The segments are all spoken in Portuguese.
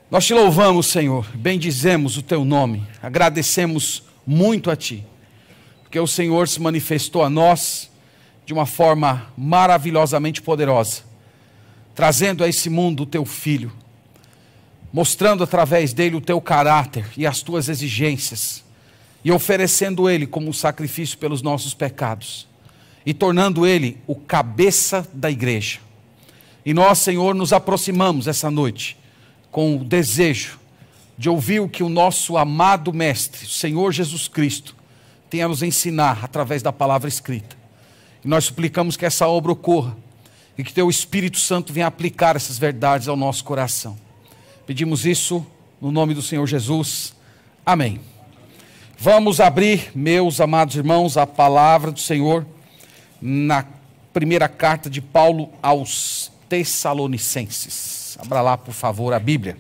Nós te louvamos, Senhor, bendizemos o teu nome, agradecemos muito a ti, porque o Senhor se manifestou a nós de uma forma maravilhosamente poderosa, trazendo a esse mundo o teu Filho, mostrando através dele o teu caráter e as tuas exigências, e oferecendo ele como um sacrifício pelos nossos pecados, e tornando ele o cabeça da igreja. E nós, Senhor, nos aproximamos essa noite com o desejo de ouvir o que o nosso amado Mestre, o Senhor Jesus Cristo, tem a nos ensinar através da palavra escrita. E nós suplicamos que essa obra ocorra e que teu Espírito Santo venha aplicar essas verdades ao nosso coração. Pedimos isso no nome do Senhor Jesus. Amém. Vamos abrir, meus amados irmãos, a palavra do Senhor na primeira carta de Paulo aos Tessalonicenses. Abra lá, por favor, a Bíblia.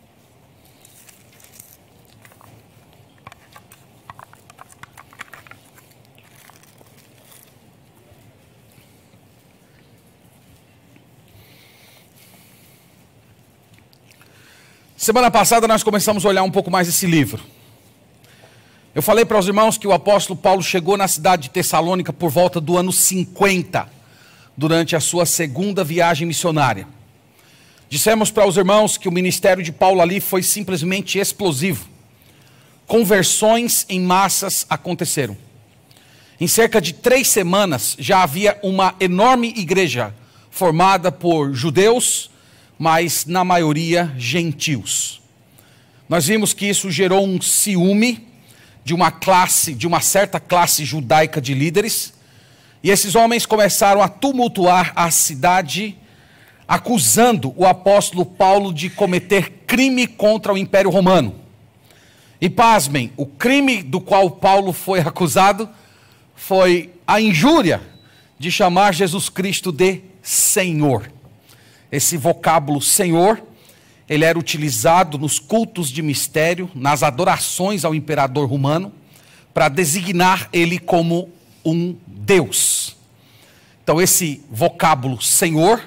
Semana passada nós começamos a olhar um pouco mais esse livro. Eu falei para os irmãos que o apóstolo Paulo chegou na cidade de Tessalônica por volta do ano 50, durante a sua segunda viagem missionária. Dissemos para os irmãos que o ministério de Paulo ali foi simplesmente explosivo. Conversões em massas aconteceram. Em cerca de 3 semanas já havia uma enorme igreja formada por judeus, mas na maioria gentios. Nós vimos que isso gerou um ciúme de uma certa classe judaica de líderes, e esses homens começaram a tumultuar a cidade, acusando o apóstolo Paulo de cometer crime contra o Império Romano. E pasmem, o crime do qual Paulo foi acusado foi a injúria de chamar Jesus Cristo de Senhor. Esse vocábulo Senhor, ele era utilizado nos cultos de mistério, nas adorações ao imperador romano, para designar ele como um Deus. Então esse vocábulo Senhor,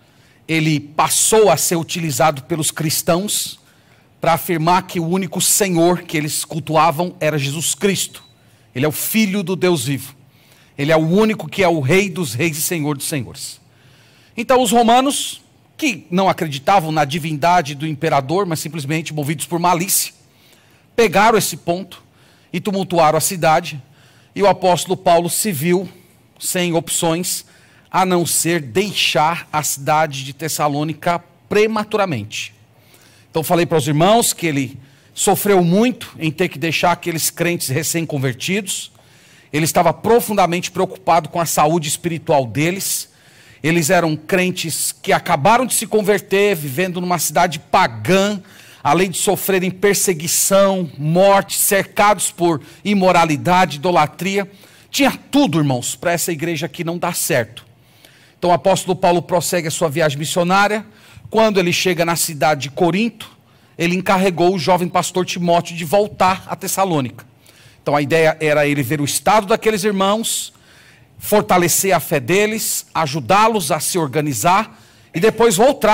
ele passou a ser utilizado pelos cristãos para afirmar que o único Senhor que eles cultuavam era Jesus Cristo. Ele é o Filho do Deus vivo. Ele é o único que é o Rei dos reis e Senhor dos senhores. Então os romanos, que não acreditavam na divindade do imperador, mas simplesmente movidos por malícia, pegaram esse ponto e tumultuaram a cidade, e o apóstolo Paulo se viu sem opções, a não ser deixar a cidade de Tessalônica prematuramente. Então falei para os irmãos que ele sofreu muito em ter que deixar aqueles crentes recém-convertidos. Ele estava profundamente preocupado com a saúde espiritual deles. Eles eram crentes que acabaram de se converter, vivendo numa cidade pagã, além de sofrerem perseguição, morte, cercados por imoralidade, idolatria. Tinha tudo, irmãos, para essa igreja aqui não dar certo. Então o apóstolo Paulo prossegue a sua viagem missionária. Quando ele chega na cidade de Corinto, ele encarregou o jovem pastor Timóteo de voltar a Tessalônica. Então a ideia era ele ver o estado daqueles irmãos, fortalecer a fé deles, ajudá-los a se organizar e depois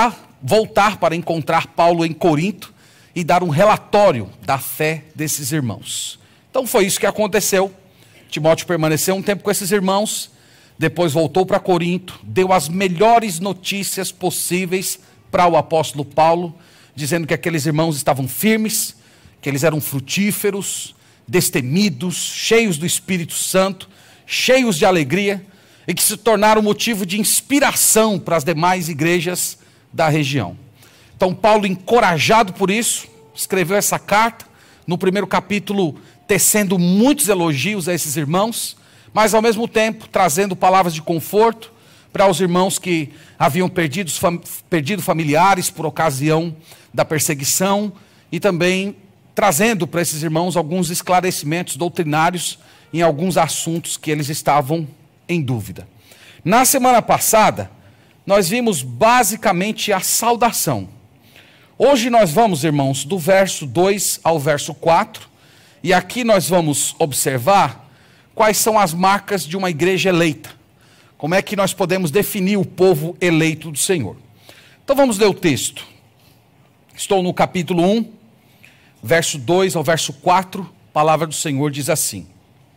voltar para encontrar Paulo em Corinto e dar um relatório da fé desses irmãos. Então foi isso que aconteceu. Timóteo permaneceu um tempo com esses irmãos, depois voltou para Corinto, deu as melhores notícias possíveis para o apóstolo Paulo, dizendo que aqueles irmãos estavam firmes, que eles eram frutíferos, destemidos, cheios do Espírito Santo, cheios de alegria, e que se tornaram motivo de inspiração para as demais igrejas da região. Então Paulo, encorajado por isso, escreveu essa carta, no primeiro capítulo tecendo muitos elogios a esses irmãos, mas ao mesmo tempo trazendo palavras de conforto para os irmãos que haviam perdido familiares por ocasião da perseguição, e também trazendo para esses irmãos alguns esclarecimentos doutrinários em alguns assuntos que eles estavam em dúvida. Na semana passada, nós vimos basicamente a saudação. Hoje nós vamos, irmãos, do verso 2 ao verso 4, e aqui nós vamos observar quais são as marcas de uma igreja eleita. Como é que nós podemos definir o povo eleito do Senhor? Então vamos ler o texto. Estou no capítulo 1, verso 2 ao verso 4, a palavra do Senhor diz assim: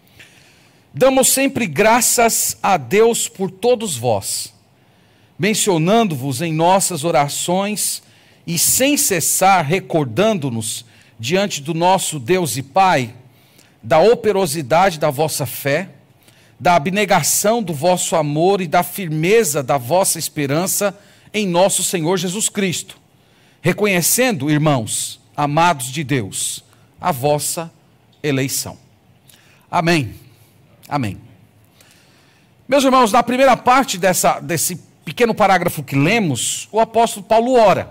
Damos sempre graças a Deus por todos vós, mencionando-vos em nossas orações e sem cessar recordando-nos diante do nosso Deus e Pai da operosidade da vossa fé, da abnegação do vosso amor e da firmeza da vossa esperança em nosso Senhor Jesus Cristo, reconhecendo, irmãos, amados de Deus, a vossa eleição. Amém. Amém. Meus irmãos, na primeira parte desse pequeno parágrafo que lemos, o apóstolo Paulo ora.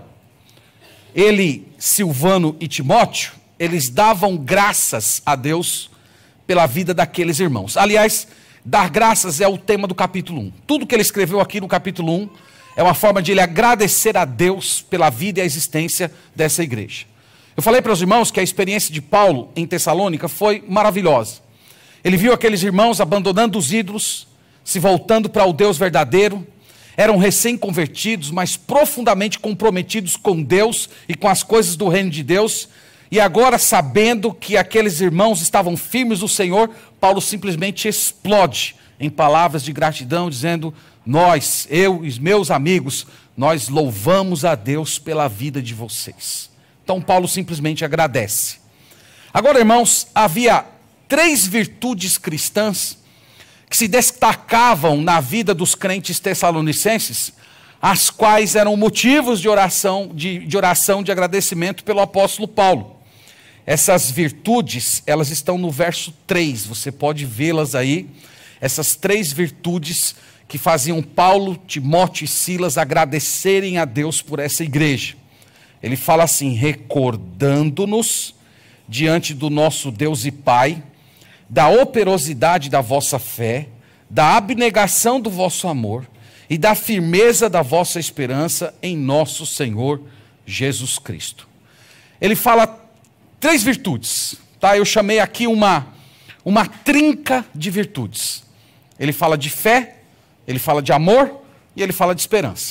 Ele, Silvano e Timóteo, eles davam graças a Deus pela vida daqueles irmãos. Aliás, dar graças é o tema do capítulo 1. Tudo que ele escreveu aqui no capítulo 1 é uma forma de ele agradecer a Deus pela vida e a existência dessa igreja. Eu falei para os irmãos que a experiência de Paulo em Tessalônica foi maravilhosa. Ele viu aqueles irmãos abandonando os ídolos, se voltando para o Deus verdadeiro. Eram recém-convertidos, mas profundamente comprometidos com Deus e com as coisas do reino de Deus. E agora, sabendo que aqueles irmãos estavam firmes no Senhor, Paulo simplesmente explode em palavras de gratidão, dizendo: nós, eu e os meus amigos, nós louvamos a Deus pela vida de vocês. Então Paulo simplesmente agradece. Agora, irmãos, havia 3 virtudes cristãs que se destacavam na vida dos crentes tessalonicenses, as quais eram motivos de oração, de agradecimento pelo apóstolo Paulo. Essas virtudes, elas estão no verso 3, você pode vê-las aí, essas 3 virtudes que faziam Paulo, Timóteo e Silas agradecerem a Deus por essa igreja. Ele fala assim: recordando-nos diante do nosso Deus e Pai, da operosidade da vossa fé, da abnegação do vosso amor e da firmeza da vossa esperança em nosso Senhor Jesus Cristo. Ele fala 3 virtudes, tá? Eu chamei aqui uma trinca de virtudes. Ele fala de fé, ele fala de amor e ele fala de esperança.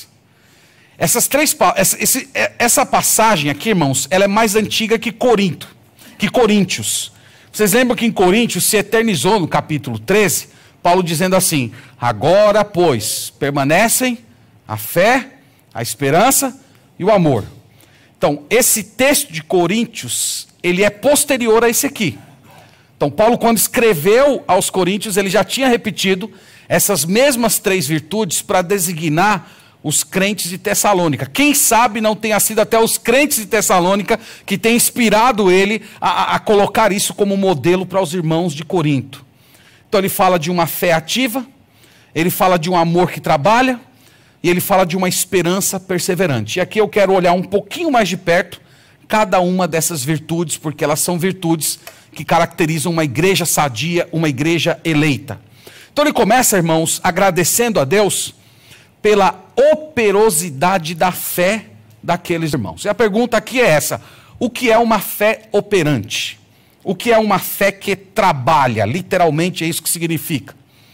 Essa passagem aqui, irmãos, ela é mais antiga que Coríntios. Vocês lembram que em Coríntios se eternizou no capítulo 13, Paulo dizendo assim: agora, pois, permanecem a fé, a esperança e o amor. Então, esse texto de Coríntios, ele é posterior a esse aqui. Então, Paulo, quando escreveu aos Coríntios, ele já tinha repetido essas mesmas 3 virtudes para designar os crentes de Tessalônica. Quem sabe não tenha sido até os crentes de Tessalônica que tenham inspirado ele a colocar isso como modelo para os irmãos de Corinto. Então ele fala de uma fé ativa, ele fala de um amor que trabalha, e ele fala de uma esperança perseverante. E aqui eu quero olhar um pouquinho mais de perto cada uma dessas virtudes, porque elas são virtudes que caracterizam uma igreja sadia, uma igreja eleita. Então ele começa, irmãos, agradecendo a Deus pela operosidade da fé daqueles irmãos. E a pergunta aqui é essa: o que é uma fé operante? O que é uma fé que trabalha? Literalmente é isso que significa.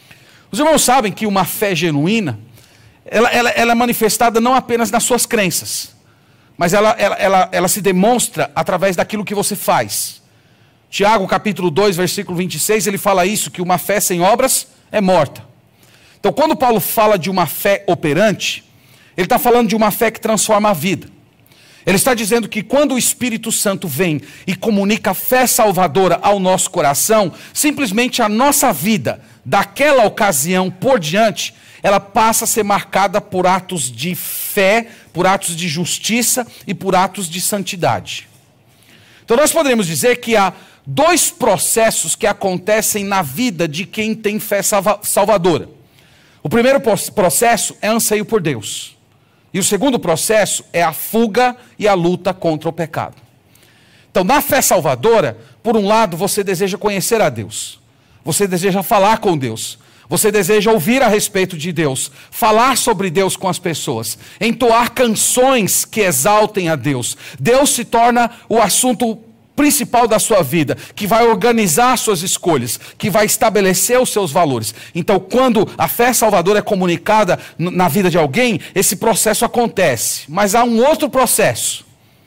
Os irmãos sabem que uma fé genuína, ela é manifestada não apenas nas suas crenças, mas ela se demonstra através daquilo que você faz. Tiago capítulo 2, versículo 26, ele fala isso, que uma fé sem obras é morta. Então, quando Paulo fala de uma fé operante, ele está falando de uma fé que transforma a vida. Ele está dizendo que quando o Espírito Santo vem e comunica a fé salvadora ao nosso coração, simplesmente a nossa vida, daquela ocasião por diante, ela passa a ser marcada por atos de fé, por atos de justiça e por atos de santidade. Então nós poderíamos dizer que há 2 processos que acontecem na vida de quem tem fé salvadora. O primeiro processo é anseio por Deus. E o segundo processo é a fuga e a luta contra o pecado. Então, na fé salvadora, por um lado, você deseja conhecer a Deus. Você deseja falar com Deus. Você deseja ouvir a respeito de Deus. Falar sobre Deus com as pessoas. Entoar canções que exaltem a Deus. Deus se torna o assunto principal da sua vida, que vai organizar suas escolhas, que vai estabelecer os seus valores. Então, quando a fé salvadora é comunicada na vida de alguém, esse processo acontece. Mas há um outro processo.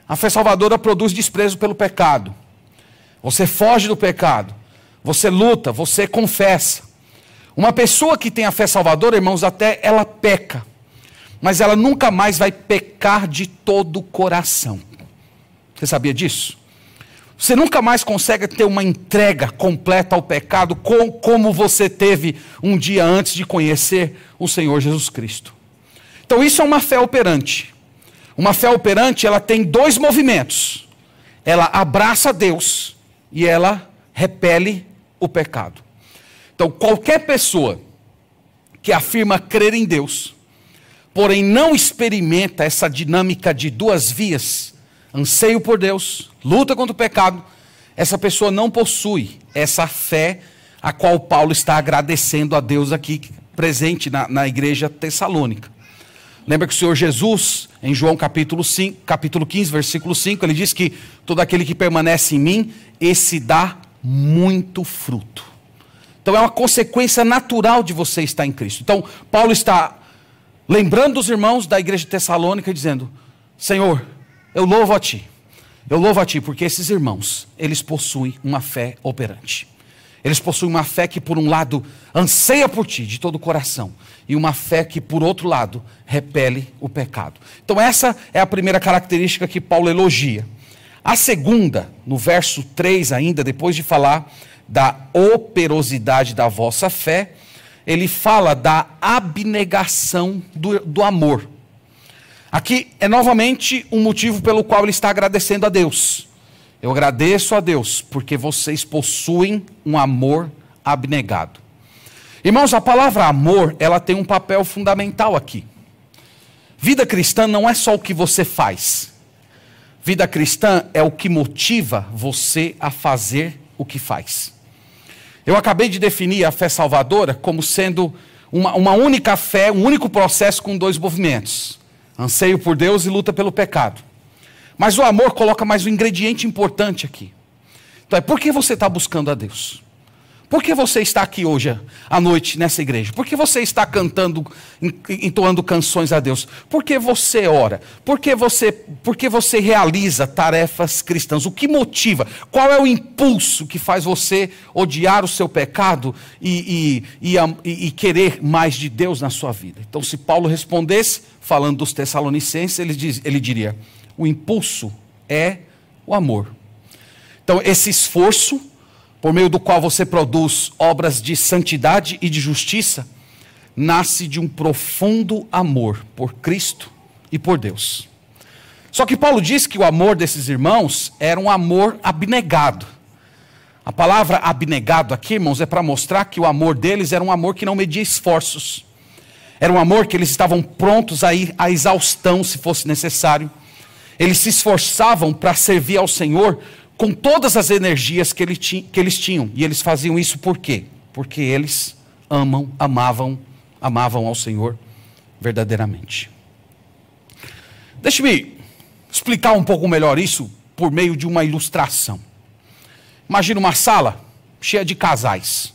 A fé salvadora produz desprezo pelo pecado. Você foge do pecado. Você luta, você confessa. Uma pessoa que tem a fé salvadora, irmãos, até ela peca. Mas ela nunca mais vai pecar de todo o coração. Você sabia disso? Você nunca mais consegue ter uma entrega completa ao pecado como você teve um dia antes de conhecer o Senhor Jesus Cristo. Então isso é uma fé operante. Uma fé operante, ela tem dois movimentos. Ela abraça Deus e ela repele o pecado. Então qualquer pessoa que afirma crer em Deus, porém não experimenta essa dinâmica de duas vias, anseio por Deus, luta contra o pecado, essa pessoa não possui essa fé a qual Paulo está agradecendo a Deus aqui, presente na igreja tessalônica. Lembra que o Senhor Jesus, em João capítulo 15, versículo 5, ele diz que todo aquele que permanece em mim, esse dá muito fruto. Então é uma consequência natural de você estar em Cristo. Então Paulo está lembrando os irmãos da igreja de Tessalônica, dizendo: Senhor, eu louvo a Ti, porque esses irmãos, eles possuem uma fé operante. Eles possuem uma fé que, por um lado, anseia por Ti de todo o coração, e uma fé que, por outro lado, repele o pecado. Então essa é a primeira característica que Paulo elogia. A segunda, no verso 3 ainda, depois de falar da operosidade da vossa fé, ele fala da abnegação do amor. Aqui é novamente um motivo pelo qual ele está agradecendo a Deus. Eu agradeço a Deus porque vocês possuem um amor abnegado. Irmãos, a palavra amor, ela tem um papel fundamental aqui. Vida cristã não é só o que você faz. Vida cristã é o que motiva você a fazer o que faz. Eu acabei de definir a fé salvadora como sendo uma única fé, um único processo com dois movimentos: anseio por Deus e luta pelo pecado. Mas o amor coloca mais um ingrediente importante aqui. Então por que você está buscando a Deus? Por que você está aqui hoje à noite nessa igreja? Por que você está cantando, entoando canções a Deus? Por que você ora? Por que você realiza tarefas cristãs? O que motiva? Qual é o impulso que faz você odiar o seu pecado e querer mais de Deus na sua vida? Então, se Paulo respondesse, falando dos Tessalonicenses, ele diria: o impulso é o amor. Então, esse esforço por meio do qual você produz obras de santidade e de justiça, nasce de um profundo amor por Cristo e por Deus. Só que Paulo diz que o amor desses irmãos era um amor abnegado. A palavra abnegado aqui, irmãos, é para mostrar que o amor deles era um amor que não media esforços. Era um amor que eles estavam prontos a ir à exaustão, se fosse necessário. Eles se esforçavam para servir ao Senhor com todas as energias que eles tinham. E eles faziam isso por quê? Porque eles amavam ao Senhor verdadeiramente. Deixe-me explicar um pouco melhor isso por meio de uma ilustração. Imagina uma sala cheia de casais.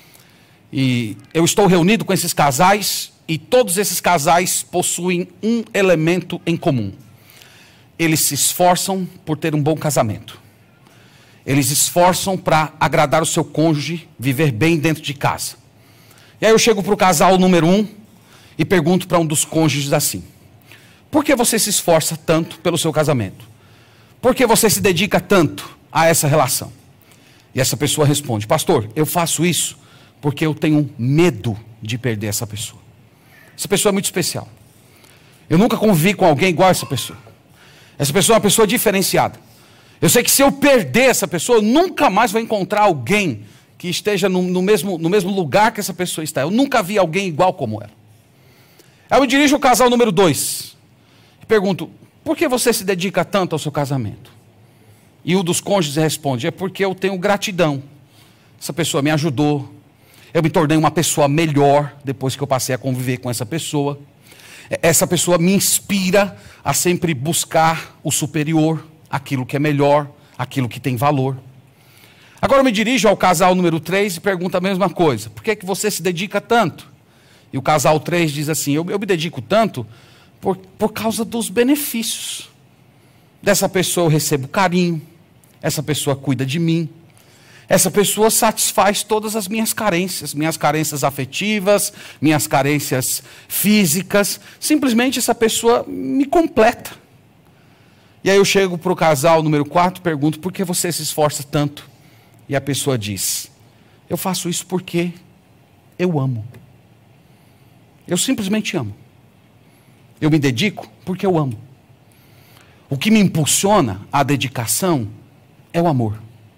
E eu estou reunido com esses casais e todos esses casais possuem um elemento em comum. Eles se esforçam por ter um bom casamento. Eles esforçam para agradar o seu cônjuge, viver bem dentro de casa. E aí eu chego para o casal número 1 e pergunto para um dos cônjuges assim: por que você se esforça tanto pelo seu casamento? Por que você se dedica tanto a essa relação? E essa pessoa responde: pastor, eu faço isso porque eu tenho medo de perder essa pessoa. Essa pessoa é muito especial. Eu nunca convivi com alguém igual a essa pessoa. Essa pessoa é uma pessoa diferenciada. Eu sei que se eu perder essa pessoa, eu nunca mais vou encontrar alguém que esteja no mesmo lugar que essa pessoa está. Eu nunca vi alguém igual como ela. Aí eu me dirijo ao casal número 2 e pergunto: por que você se dedica tanto ao seu casamento? E um dos cônjuges responde: é porque eu tenho gratidão. Essa pessoa me ajudou. Eu me tornei uma pessoa melhor depois que eu passei a conviver com essa pessoa. Essa pessoa me inspira a sempre buscar o superior, aquilo que é melhor, aquilo que tem valor. Agora eu me dirijo ao casal número 3 e pergunto a mesma coisa: por que é que você se dedica tanto? E o casal 3 diz assim: eu me dedico tanto por causa dos benefícios. Dessa pessoa eu recebo carinho, essa pessoa cuida de mim, essa pessoa satisfaz todas as minhas carências afetivas, minhas carências físicas. Simplesmente essa pessoa me completa. E aí eu chego para o casal número 4 e pergunto: por que você se esforça tanto? E a pessoa diz: eu faço isso porque eu amo. Eu simplesmente amo. Eu me dedico porque eu amo. O que me impulsiona à dedicação é o amor.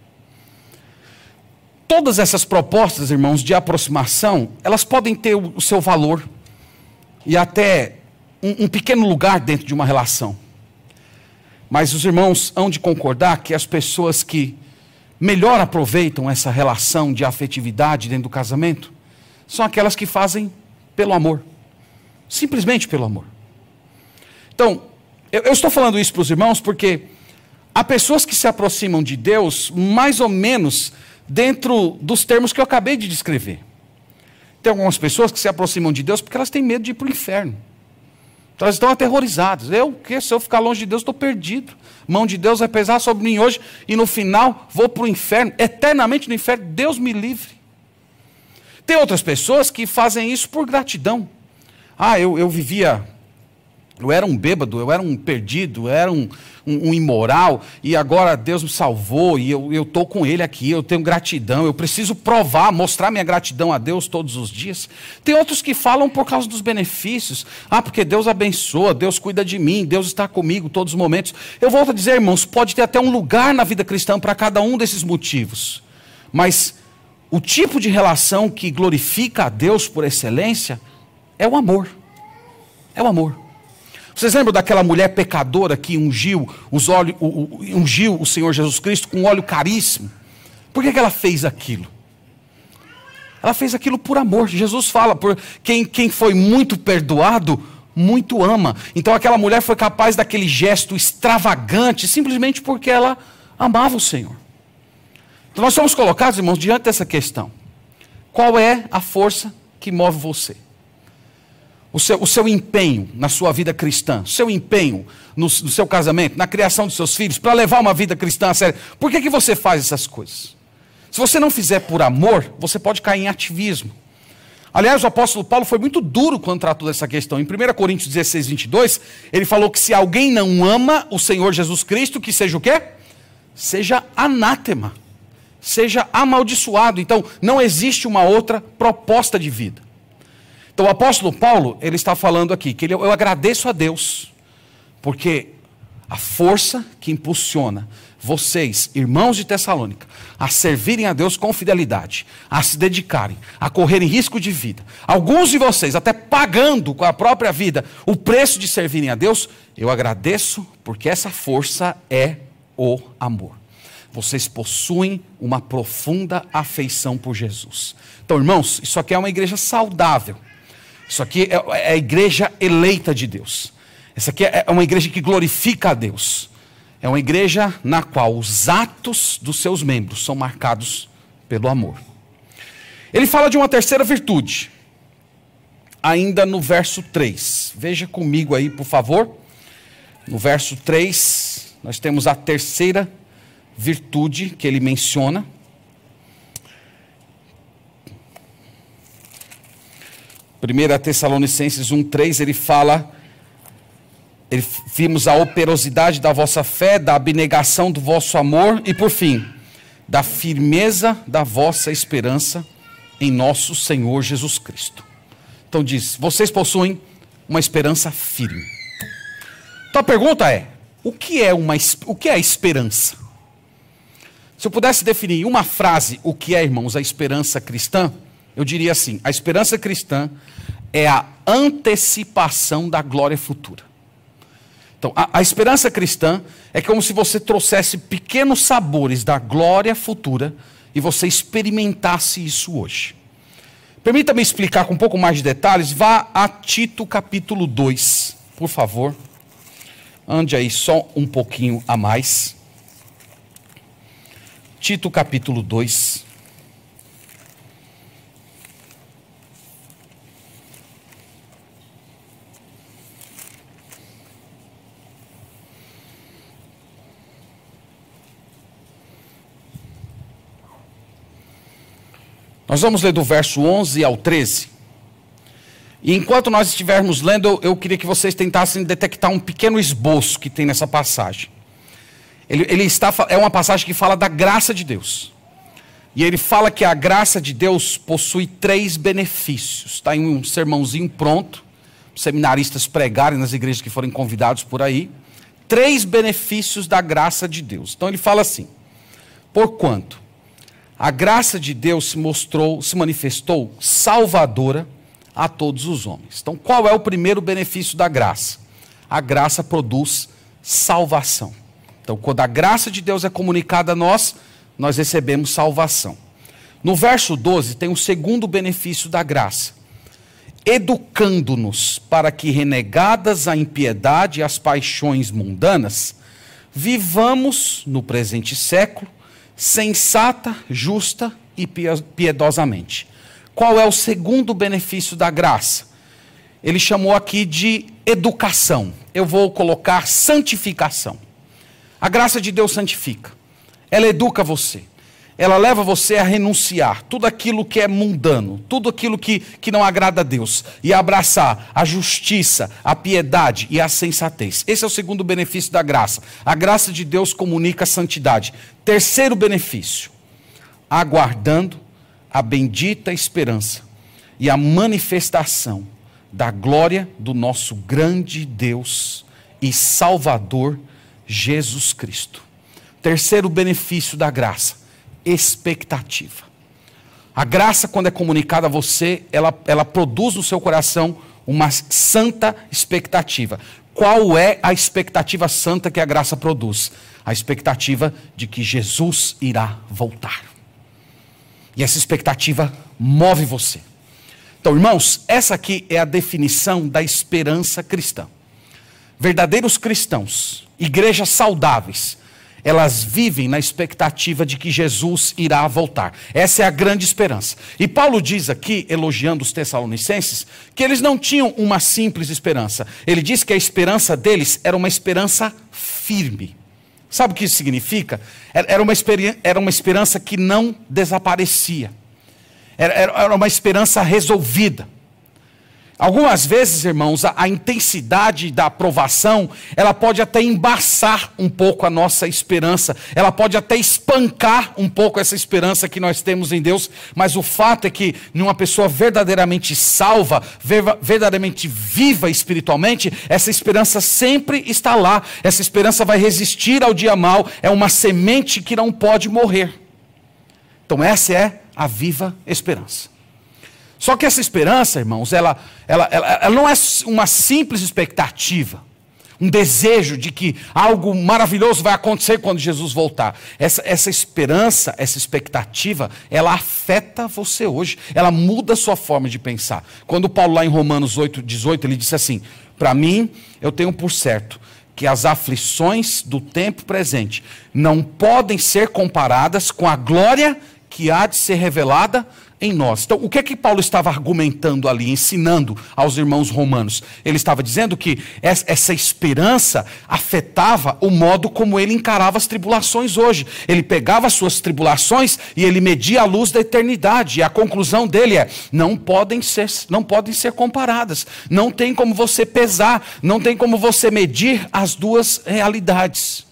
Todas essas propostas, irmãos, de aproximação, elas podem ter o seu valor e até um pequeno lugar dentro de uma relação. Mas os irmãos hão de concordar que as pessoas que melhor aproveitam essa relação de afetividade dentro do casamento são aquelas que fazem pelo amor. Simplesmente pelo amor. Então, eu estou falando isso para os irmãos porque há pessoas que se aproximam de Deus mais ou menos dentro dos termos que eu acabei de descrever. Tem algumas pessoas que se aproximam de Deus porque elas têm medo de ir para o inferno. Então elas estão aterrorizadas. Se eu ficar longe de Deus, estou perdido. A mão de Deus vai pesar sobre mim hoje e no final vou para o inferno, eternamente no inferno. Deus me livre. Tem outras pessoas que fazem isso por gratidão. Eu era um bêbado, eu era um perdido, eu era um imoral, e agora Deus me salvou, e eu estou com Ele aqui, eu tenho gratidão, eu preciso mostrar minha gratidão a Deus todos os dias. Tem outros que falam por causa dos benefícios, porque Deus abençoa, Deus cuida de mim, Deus está comigo todos os momentos. Eu volto a dizer, irmãos, pode ter até um lugar na vida cristã para cada um desses motivos, mas o tipo de relação que glorifica a Deus por excelência é o amor. É o amor. Vocês lembram daquela mulher pecadora que ungiu o Senhor Jesus Cristo com óleo caríssimo? Por que ela fez aquilo? Ela fez aquilo por amor. Jesus fala, por quem foi muito perdoado, muito ama. Então aquela mulher foi capaz daquele gesto extravagante, simplesmente porque ela amava o Senhor. Então nós somos colocados, irmãos, diante dessa questão. Qual é a força que move você? O seu empenho na sua vida cristã, o seu empenho no seu casamento, na criação dos seus filhos, para levar uma vida cristã a sério. Por que você faz essas coisas? Se você não fizer por amor, você pode cair em ativismo. Aliás, o apóstolo Paulo foi muito duro quando tratou dessa questão. Em 1 Coríntios 16, 22, ele falou que se alguém não ama o Senhor Jesus Cristo, que seja o quê? Seja anátema, seja amaldiçoado. Então, não existe uma outra proposta de vida. Então o apóstolo Paulo, ele está falando aqui, que eu agradeço a Deus, porque a força que impulsiona vocês, irmãos de Tessalônica, a servirem a Deus com fidelidade, a se dedicarem, a correrem risco de vida, alguns de vocês até pagando com a própria vida o preço de servirem a Deus, eu agradeço, porque essa força é o amor. Vocês possuem uma profunda afeição por Jesus. Então, irmãos, isso aqui é uma igreja saudável. Isso aqui é a igreja eleita de Deus. Essa aqui é uma igreja que glorifica a Deus. É uma igreja na qual os atos dos seus membros são marcados pelo amor. Ele fala de uma terceira virtude, ainda no verso 3. Veja comigo aí, por favor. No verso 3, nós temos a terceira virtude que ele menciona. 1 Tessalonicenses 1,3, ele fala, vimos a operosidade da vossa fé, da abnegação do vosso amor e, por fim, da firmeza da vossa esperança em nosso Senhor Jesus Cristo. Então diz, vocês possuem uma esperança firme. Então a pergunta é, o que é a esperança? Se eu pudesse definir em uma frase o que é, irmãos, a esperança cristã, eu diria assim, a esperança cristã é a antecipação da glória futura. Então, a esperança cristã é como se você trouxesse pequenos sabores da glória futura e você experimentasse isso hoje. Permita-me explicar com um pouco mais de detalhes, vá a Tito capítulo 2, por favor. Ande aí só um pouquinho a mais. Tito capítulo 2. Nós vamos ler do verso 11 ao 13. E enquanto nós estivermos lendo, eu queria que vocês tentassem detectar um pequeno esboço que tem nessa passagem. É uma passagem que fala da graça de Deus. E ele fala que a graça de Deus possui 3 benefícios. Está em um sermãozinho pronto, seminaristas pregarem nas igrejas que forem convidados por aí. 3 benefícios da graça de Deus. Então ele fala assim: porquanto a graça de Deus se manifestou salvadora a todos os homens. Então qual é o primeiro benefício da graça? A graça produz salvação. Então quando a graça de Deus é comunicada a nós recebemos salvação. No verso 12 tem o segundo benefício da graça: educando-nos para que, renegadas a impiedade e as paixões mundanas, vivamos no presente século sensata, justa e piedosamente. Qual é o segundo benefício da graça? Ele chamou aqui de educação. Eu vou colocar santificação. A graça de Deus santifica. Ela educa você. Ela leva você a renunciar tudo aquilo que é mundano, tudo aquilo que não agrada a Deus, e abraçar a justiça, a piedade e a sensatez. Esse é o segundo benefício da graça. A graça de Deus comunica a santidade. Terceiro benefício: aguardando a bendita esperança e a manifestação da glória do nosso grande Deus e Salvador Jesus Cristo. Terceiro benefício da graça: expectativa. A graça, quando é comunicada a você, ela produz no seu coração uma santa expectativa. Qual é a expectativa santa que a graça produz? A expectativa de que Jesus irá voltar. E essa expectativa move você. Então, irmãos, essa aqui é a definição da esperança cristã. Verdadeiros cristãos, igrejas saudáveis, elas vivem na expectativa de que Jesus irá voltar. Essa é a grande esperança. E Paulo diz aqui, elogiando os tessalonicenses, que eles não tinham uma simples esperança. Ele diz que a esperança deles era uma esperança firme. Sabe o que isso significa? Era uma esperança que não desaparecia. Era uma esperança resolvida. Algumas vezes, irmãos, a intensidade da aprovação, ela pode até embaçar um pouco a nossa esperança, ela pode até espancar um pouco essa esperança que nós temos em Deus, mas o fato é que numa pessoa verdadeiramente salva, verdadeiramente viva espiritualmente, essa esperança sempre está lá, essa esperança vai resistir ao dia mau, é uma semente que não pode morrer. Então essa é a viva esperança. Só que essa esperança, irmãos, ela não é uma simples expectativa, um desejo de que algo maravilhoso vai acontecer quando Jesus voltar. Essa esperança, essa expectativa, ela afeta você hoje, ela muda a sua forma de pensar. Quando Paulo, lá em Romanos 8:18, ele disse assim: para mim, eu tenho por certo que as aflições do tempo presente não podem ser comparadas com a glória que há de ser revelada em nós. Então, o que é que Paulo estava argumentando ali, ensinando aos irmãos romanos? Ele estava dizendo que essa esperança afetava o modo como ele encarava as tribulações hoje. Ele pegava as suas tribulações e ele media a luz da eternidade. E a conclusão dele é: não podem ser comparadas. Não tem como você pesar, não tem como você medir as duas realidades.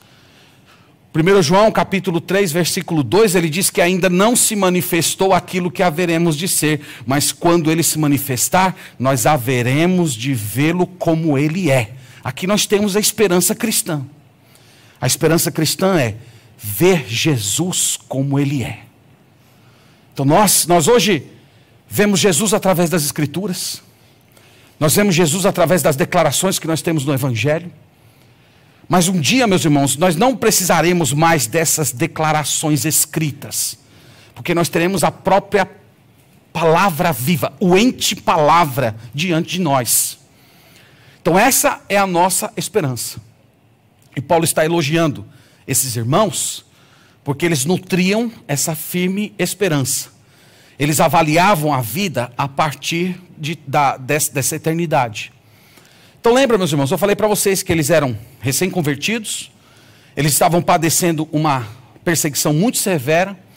1 João capítulo 3, versículo 2, ele diz que ainda não se manifestou aquilo que haveremos de ser, mas quando ele se manifestar, nós haveremos de vê-lo como ele é. Aqui nós temos a esperança cristã. A esperança cristã é ver Jesus como ele é. Então nós hoje vemos Jesus através das Escrituras, nós vemos Jesus através das declarações que nós temos no Evangelho. Mas um dia, meus irmãos, nós não precisaremos mais dessas declarações escritas, porque nós teremos a própria palavra viva, o ente palavra diante de nós. Então essa é a nossa esperança. E Paulo está elogiando esses irmãos, porque eles nutriam essa firme esperança. Eles avaliavam a vida a partir dessa eternidade. Então lembra, meus irmãos, eu falei para vocês que eles eram recém-convertidos, eles estavam padecendo uma perseguição muito severa,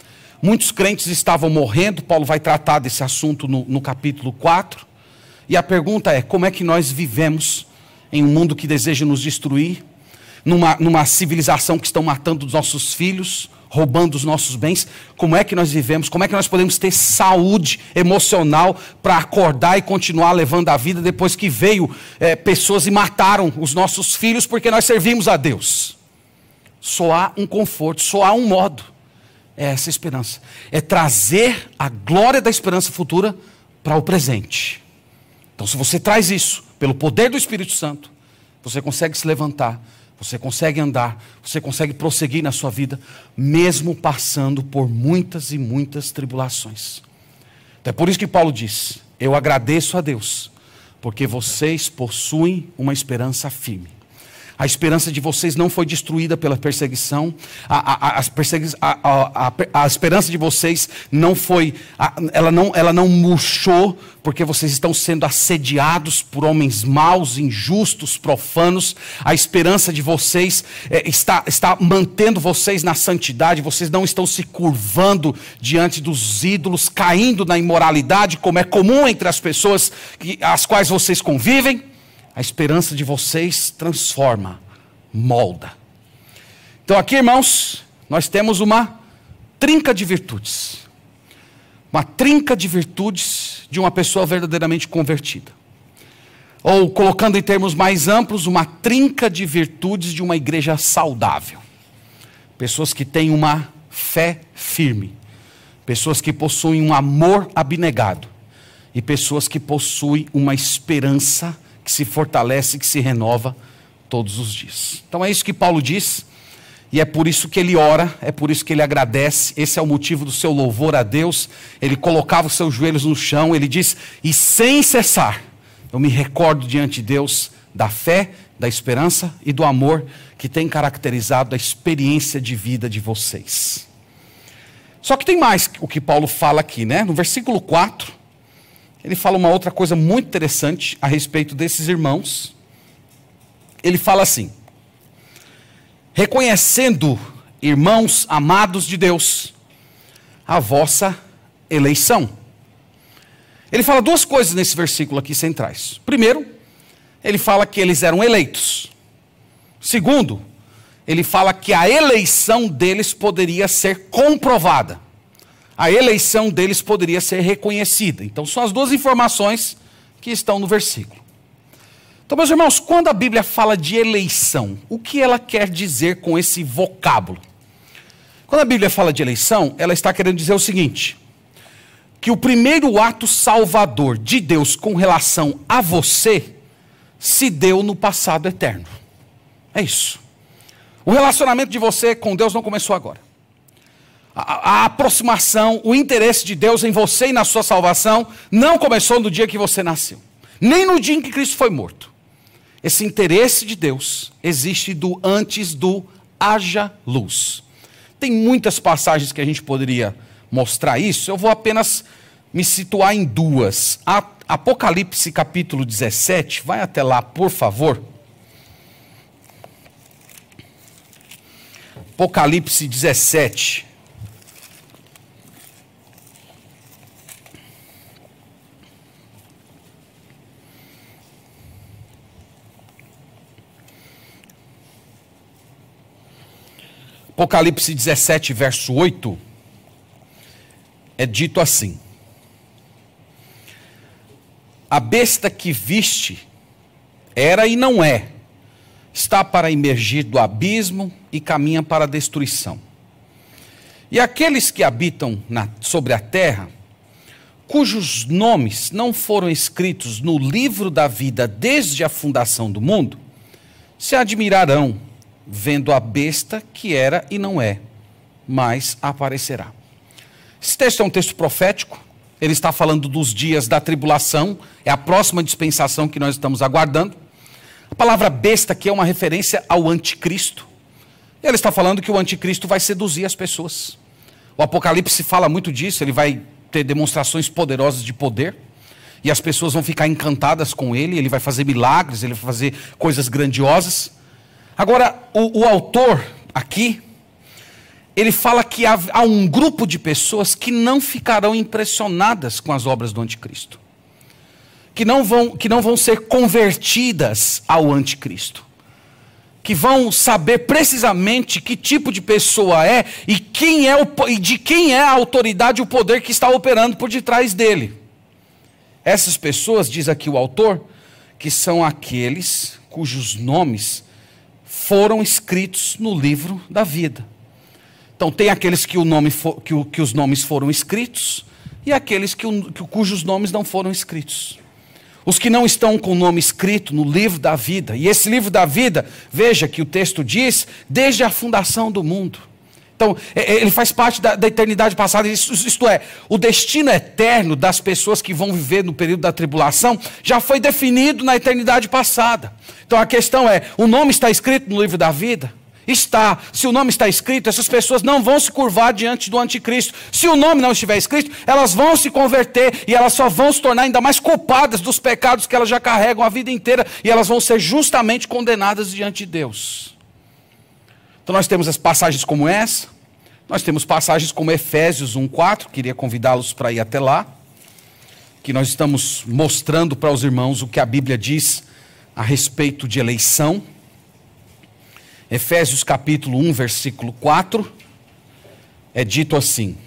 Muitos crentes estavam morrendo. Paulo vai tratar desse assunto no capítulo 4. E a pergunta é: como é que nós vivemos em um mundo que deseja nos destruir? Numa civilização que estão matando os nossos filhos, roubando os nossos bens? Como é que nós vivemos? Como é que nós podemos ter saúde emocional para acordar e continuar levando a vida depois que veio pessoas e mataram os nossos filhos porque nós servimos a Deus? Só há um conforto, só há um modo. É essa esperança. É trazer a glória da esperança futura para o presente. Então, se você traz isso pelo poder do Espírito Santo, você consegue se levantar, você consegue andar, você consegue prosseguir na sua vida, mesmo passando por muitas e muitas tribulações. Então é por isso que Paulo diz: eu agradeço a Deus, porque vocês possuem uma esperança firme. A esperança de vocês não foi destruída pela perseguição. A esperança de vocês não foi, ela não murchou, porque vocês estão sendo assediados por homens maus, injustos, profanos. A esperança de vocês está mantendo vocês na santidade. Vocês não estão se curvando diante dos ídolos, caindo na imoralidade, como é comum entre as pessoas as quais vocês convivem. A esperança de vocês transforma, molda. Então aqui, irmãos, nós temos uma trinca de virtudes. Uma trinca de virtudes de uma pessoa verdadeiramente convertida. Ou, colocando em termos mais amplos, uma trinca de virtudes de uma igreja saudável. Pessoas que têm uma fé firme. Pessoas que possuem um amor abnegado. E pessoas que possuem uma esperança que se fortalece, que se renova todos os dias. Então é isso que Paulo diz, e é por isso que ele ora, é por isso que ele agradece. Esse é o motivo do seu louvor a Deus. Ele colocava os seus joelhos no chão, ele diz: e sem cessar, eu me recordo diante de Deus da fé, da esperança e do amor que tem caracterizado a experiência de vida de vocês. Só que tem mais o que Paulo fala aqui, né? No versículo 4, ele fala uma outra coisa muito interessante a respeito desses irmãos. Ele fala assim: reconhecendo, irmãos amados de Deus, a vossa eleição. Ele fala duas coisas nesse versículo aqui centrais. Primeiro, ele fala que eles eram eleitos. Segundo, ele fala que a eleição deles poderia ser comprovada. A eleição deles poderia ser reconhecida. Então são as duas informações que estão no versículo. Então, meus irmãos, quando a Bíblia fala de eleição, o que ela quer dizer com esse vocábulo? Quando a Bíblia fala de eleição, ela está querendo dizer o seguinte: que o primeiro ato salvador de Deus com relação a você se deu no passado eterno. É isso. O relacionamento de você com Deus não começou agora. A aproximação, o interesse de Deus em você e na sua salvação não começou no dia que você nasceu, nem no dia em que Cristo foi morto. Esse interesse de Deus existe do antes do haja luz. Tem muitas passagens que a gente poderia mostrar isso, eu vou apenas me situar em duas. Apocalipse capítulo 17, vai até lá, por favor. Apocalipse 17. Apocalipse 17, verso 8, é dito assim: a besta que viste era e não é, está para emergir do abismo e caminha para a destruição. E aqueles que habitam sobre a terra, cujos nomes não foram escritos no livro da vida desde a fundação do mundo, se admirarão, vendo a besta que era e não é, mas aparecerá. Esse texto é um texto profético. Ele está falando dos dias da tribulação. É a próxima dispensação que nós estamos aguardando. A palavra besta aqui é uma referência ao anticristo. Ele está falando que o anticristo vai seduzir as pessoas. O Apocalipse fala muito disso. Ele vai ter demonstrações poderosas de poder. E as pessoas vão ficar encantadas com ele. Ele vai fazer milagres, ele vai fazer coisas grandiosas. Agora, o autor aqui, ele fala que há um grupo de pessoas que não ficarão impressionadas com as obras do anticristo. Que não vão ser convertidas ao anticristo. Que vão saber precisamente que tipo de pessoa é e de quem é a autoridade e o poder que está operando por detrás dele. Essas pessoas, diz aqui o autor, que são aqueles cujos nomes foram escritos no livro da vida. Então tem aqueles que os nomes foram escritos e aqueles cujos nomes não foram escritos. Os que não estão com o nome escrito no livro da vida. E esse livro da vida, veja que o texto diz, desde a fundação do mundo. Então, ele faz parte da eternidade passada. Isto é, o destino eterno das pessoas que vão viver no período da tribulação já foi definido na eternidade passada. Então a questão é, o nome está escrito no livro da vida? Está. Se o nome está escrito, essas pessoas não vão se curvar diante do anticristo. Se o nome não estiver escrito, elas vão se converter e elas só vão se tornar ainda mais culpadas dos pecados que elas já carregam a vida inteira e elas vão ser justamente condenadas diante de Deus. Então nós temos as passagens como essa, nós temos passagens como Efésios 1:4, queria convidá-los para ir até lá, que nós estamos mostrando para os irmãos o que a Bíblia diz a respeito de eleição. Efésios capítulo 1, versículo 4, é dito assim,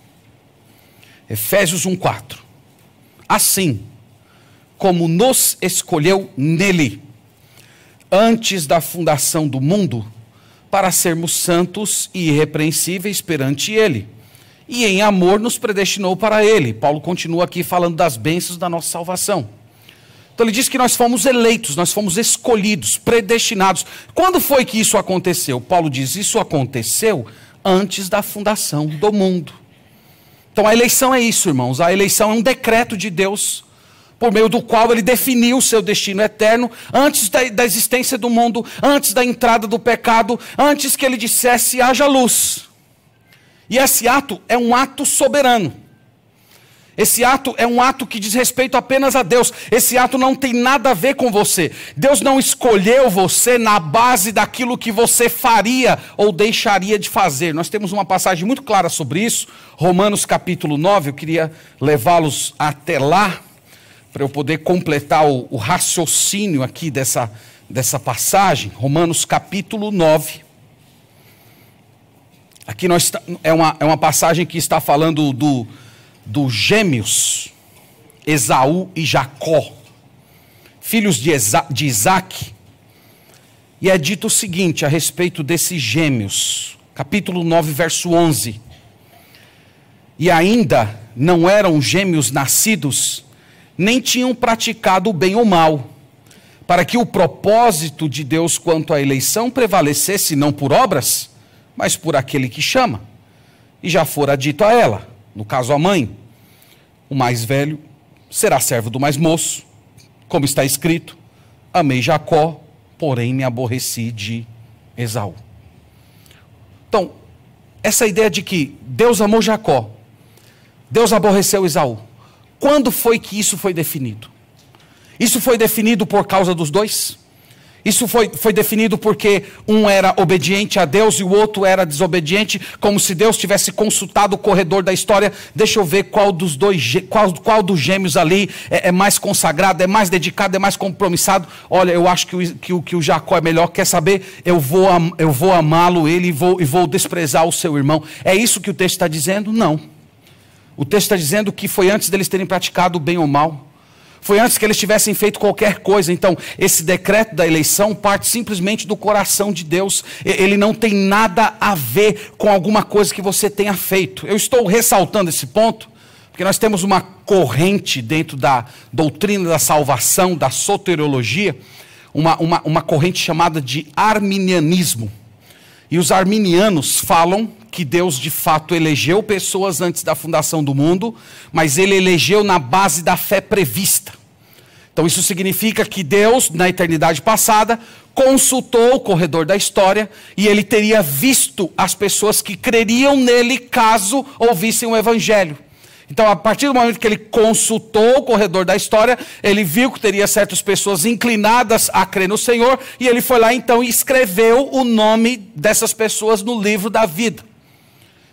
Efésios 1:4, assim como nos escolheu nele, antes da fundação do mundo, para sermos santos e irrepreensíveis perante ele, e em amor nos predestinou para ele. Paulo continua aqui falando das bênçãos da nossa salvação. Então ele diz que nós fomos eleitos, nós fomos escolhidos, predestinados. Quando foi que isso aconteceu? Paulo diz, isso aconteceu antes da fundação do mundo. Então a eleição é isso, irmãos. A eleição é um decreto de Deus, por meio do qual ele definiu o seu destino eterno, antes da existência do mundo, antes da entrada do pecado, antes que ele dissesse, haja luz. E esse ato é um ato soberano. Esse ato é um ato que diz respeito apenas a Deus. Esse ato não tem nada a ver com você. Deus não escolheu você na base daquilo que você faria ou deixaria de fazer. Nós temos uma passagem muito clara sobre isso. Romanos capítulo 9, eu queria levá-los até lá, para eu poder completar o raciocínio aqui dessa passagem. Romanos capítulo 9. Aqui é uma passagem que está falando dos gêmeos, Esaú e Jacó, filhos de Isaac, e é dito o seguinte a respeito desses gêmeos, capítulo 9, verso 11, e ainda não eram gêmeos nascidos, nem tinham praticado o bem ou mal, para que o propósito de Deus quanto à eleição prevalecesse não por obras, mas por aquele que chama, e já fora dito a ela, no caso a mãe, o mais velho será servo do mais moço, como está escrito, amei Jacó, porém me aborreci de Esaú. Então, essa ideia de que Deus amou Jacó, Deus aborreceu Esaú, quando foi que isso foi definido? Isso foi definido por causa dos dois? Isso foi definido porque um era obediente a Deus e o outro era desobediente, como se Deus tivesse consultado o corredor da história. Deixa eu ver qual dos qual dos gêmeos ali é mais consagrado, é mais dedicado, é mais compromissado. Olha, eu acho que o Jacó é melhor. Quer saber? Eu vou amá-lo ele e vou desprezar o seu irmão. É isso que o texto está dizendo? Não. O texto está dizendo que foi antes deles terem praticado o bem ou mal. Foi antes que eles tivessem feito qualquer coisa. Então, esse decreto da eleição parte simplesmente do coração de Deus. Ele não tem nada a ver com alguma coisa que você tenha feito. Eu estou ressaltando esse ponto, porque nós temos uma corrente dentro da doutrina da salvação, da soteriologia, uma corrente chamada de arminianismo. E os arminianos falam que Deus de fato elegeu pessoas antes da fundação do mundo, mas ele elegeu na base da fé prevista. Então isso significa que Deus, na eternidade passada, consultou o corredor da história e ele teria visto as pessoas que creriam nele caso ouvissem o evangelho. Então, a partir do momento que ele consultou o corredor da história, ele viu que teria certas pessoas inclinadas a crer no Senhor, e ele foi lá então e escreveu o nome dessas pessoas no livro da vida.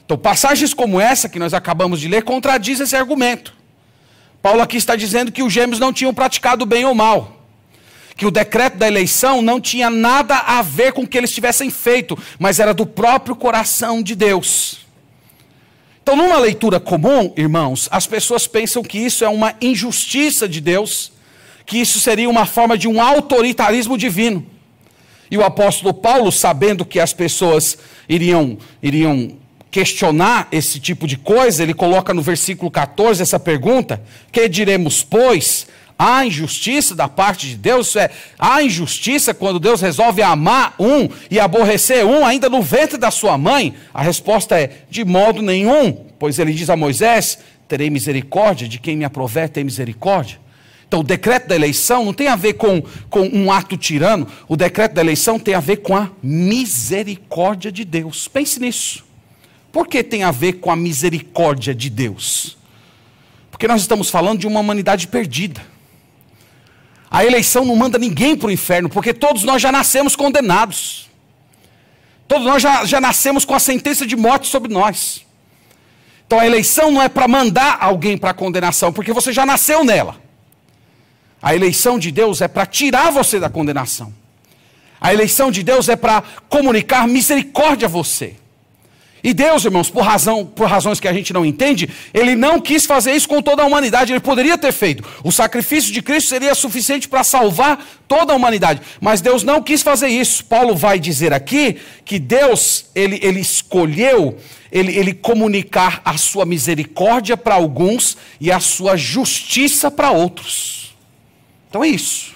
Então, passagens como essa que nós acabamos de ler contradizem esse argumento. Paulo aqui está dizendo que os gêmeos não tinham praticado bem ou mal, que o decreto da eleição não tinha nada a ver com o que eles tivessem feito, mas era do próprio coração de Deus. Então, numa leitura comum, irmãos, as pessoas pensam que isso é uma injustiça de Deus, que isso seria uma forma de um autoritarismo divino. E o apóstolo Paulo, sabendo que as pessoas iriam questionar esse tipo de coisa, ele coloca no versículo 14 essa pergunta: que diremos, pois? Há injustiça da parte de Deus? Isso é, há injustiça quando Deus resolve amar um e aborrecer um ainda no ventre da sua mãe? A resposta é, de modo nenhum, pois ele diz a Moisés, terei misericórdia de quem me aprover, tem misericórdia. Então o decreto da eleição não tem a ver com um ato tirano, o decreto da eleição tem a ver com a misericórdia de Deus. Pense nisso. Por que tem a ver com a misericórdia de Deus? Porque nós estamos falando de uma humanidade perdida. A eleição não manda ninguém para o inferno, porque todos nós já nascemos condenados. Todos nós já nascemos com a sentença de morte sobre nós. Então a eleição não é para mandar alguém para a condenação, porque você já nasceu nela. A eleição de Deus é para tirar você da condenação. A eleição de Deus é para comunicar misericórdia a você. E Deus, irmãos, por razões que a gente não entende, Ele não quis fazer isso com toda a humanidade. Ele poderia ter feito. O sacrifício de Cristo seria suficiente para salvar toda a humanidade. Mas Deus não quis fazer isso. Paulo vai dizer aqui que Deus, ele escolheu, ele comunicar a sua misericórdia para alguns e a sua justiça para outros. Então é isso.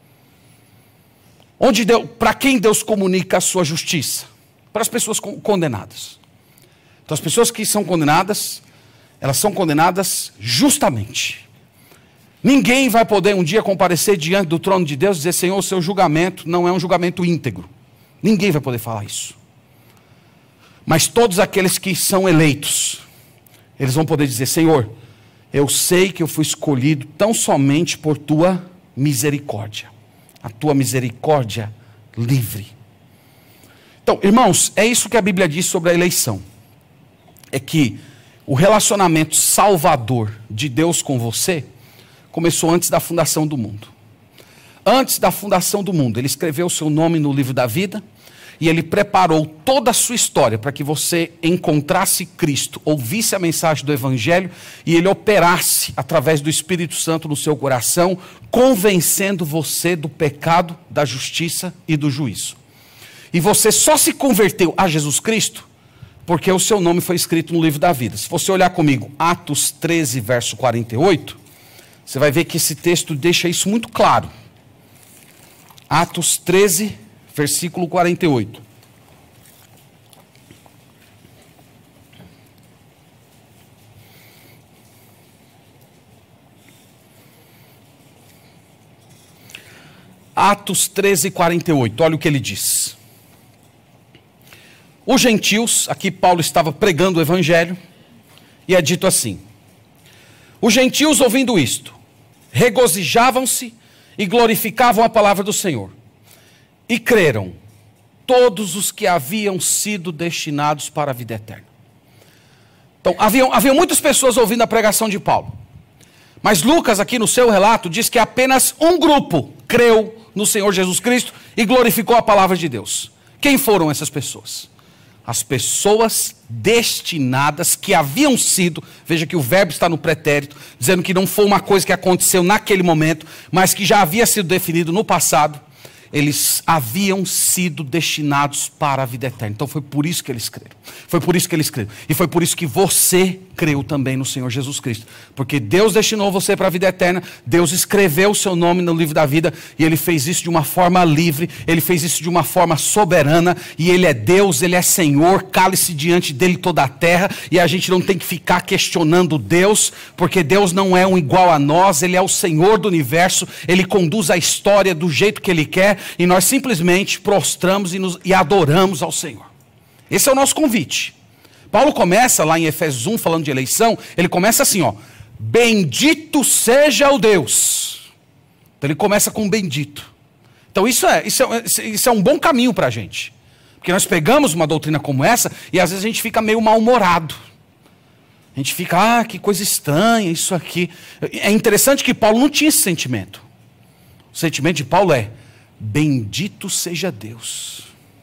Para quem Deus comunica a sua justiça? Para as pessoas condenadas. Então as pessoas que são condenadas, elas são condenadas justamente. Ninguém vai poder um dia comparecer diante do trono de Deus e dizer, Senhor, o seu julgamento não é um julgamento íntegro. Ninguém vai poder falar isso. Mas todos aqueles que são eleitos, eles vão poder dizer, Senhor, eu sei que eu fui escolhido tão somente por tua misericórdia. A tua misericórdia livre. Então, irmãos, é isso que a Bíblia diz sobre a eleição. É que o relacionamento salvador de Deus com você começou antes da fundação do mundo. Antes da fundação do mundo, Ele escreveu o seu nome no livro da vida e Ele preparou toda a sua história para que você encontrasse Cristo, ouvisse a mensagem do Evangelho e Ele operasse através do Espírito Santo no seu coração, convencendo você do pecado, da justiça e do juízo. E você só se converteu a Jesus Cristo porque o seu nome foi escrito no livro da vida. Se você olhar comigo, Atos 13, verso 48, você vai ver que esse texto deixa isso muito claro. Atos 13, versículo 48. Atos 13, 48, olha o que ele diz. Os gentios, aqui Paulo estava pregando o evangelho, e é dito assim: os gentios, ouvindo isto, regozijavam-se e glorificavam a palavra do Senhor. E creram todos os que haviam sido destinados para a vida eterna. Então, haviam muitas pessoas ouvindo a pregação de Paulo. Mas Lucas, aqui no seu relato, diz que apenas um grupo creu no Senhor Jesus Cristo e glorificou a palavra de Deus. Quem foram essas pessoas? As pessoas destinadas que haviam sido, veja que o verbo está no pretérito, dizendo que não foi uma coisa que aconteceu naquele momento, mas que já havia sido definido no passado, eles haviam sido destinados para a vida eterna. Então foi por isso que eles creram. Foi por isso que eles creram. E foi por isso que você creu também no Senhor Jesus Cristo. Porque Deus destinou você para a vida eterna, Deus escreveu o seu nome no livro da vida, e Ele fez isso de uma forma livre, Ele fez isso de uma forma soberana, e Ele é Deus, Ele é Senhor, cale-se diante dEle toda a terra, e a gente não tem que ficar questionando Deus, porque Deus não é um igual a nós, Ele é o Senhor do universo, Ele conduz a história do jeito que Ele quer, e nós simplesmente prostramos e adoramos ao Senhor. Esse é o nosso convite. Paulo começa lá em Efésios 1, falando de eleição, ele começa assim, ó: bendito seja o Deus. Então ele começa com bendito. Então isso é um bom caminho para a gente. Porque nós pegamos uma doutrina como essa e às vezes a gente fica meio mal-humorado. A gente fica, que coisa estranha isso aqui. É interessante que Paulo não tinha esse sentimento. O sentimento de Paulo é: bendito seja Deus.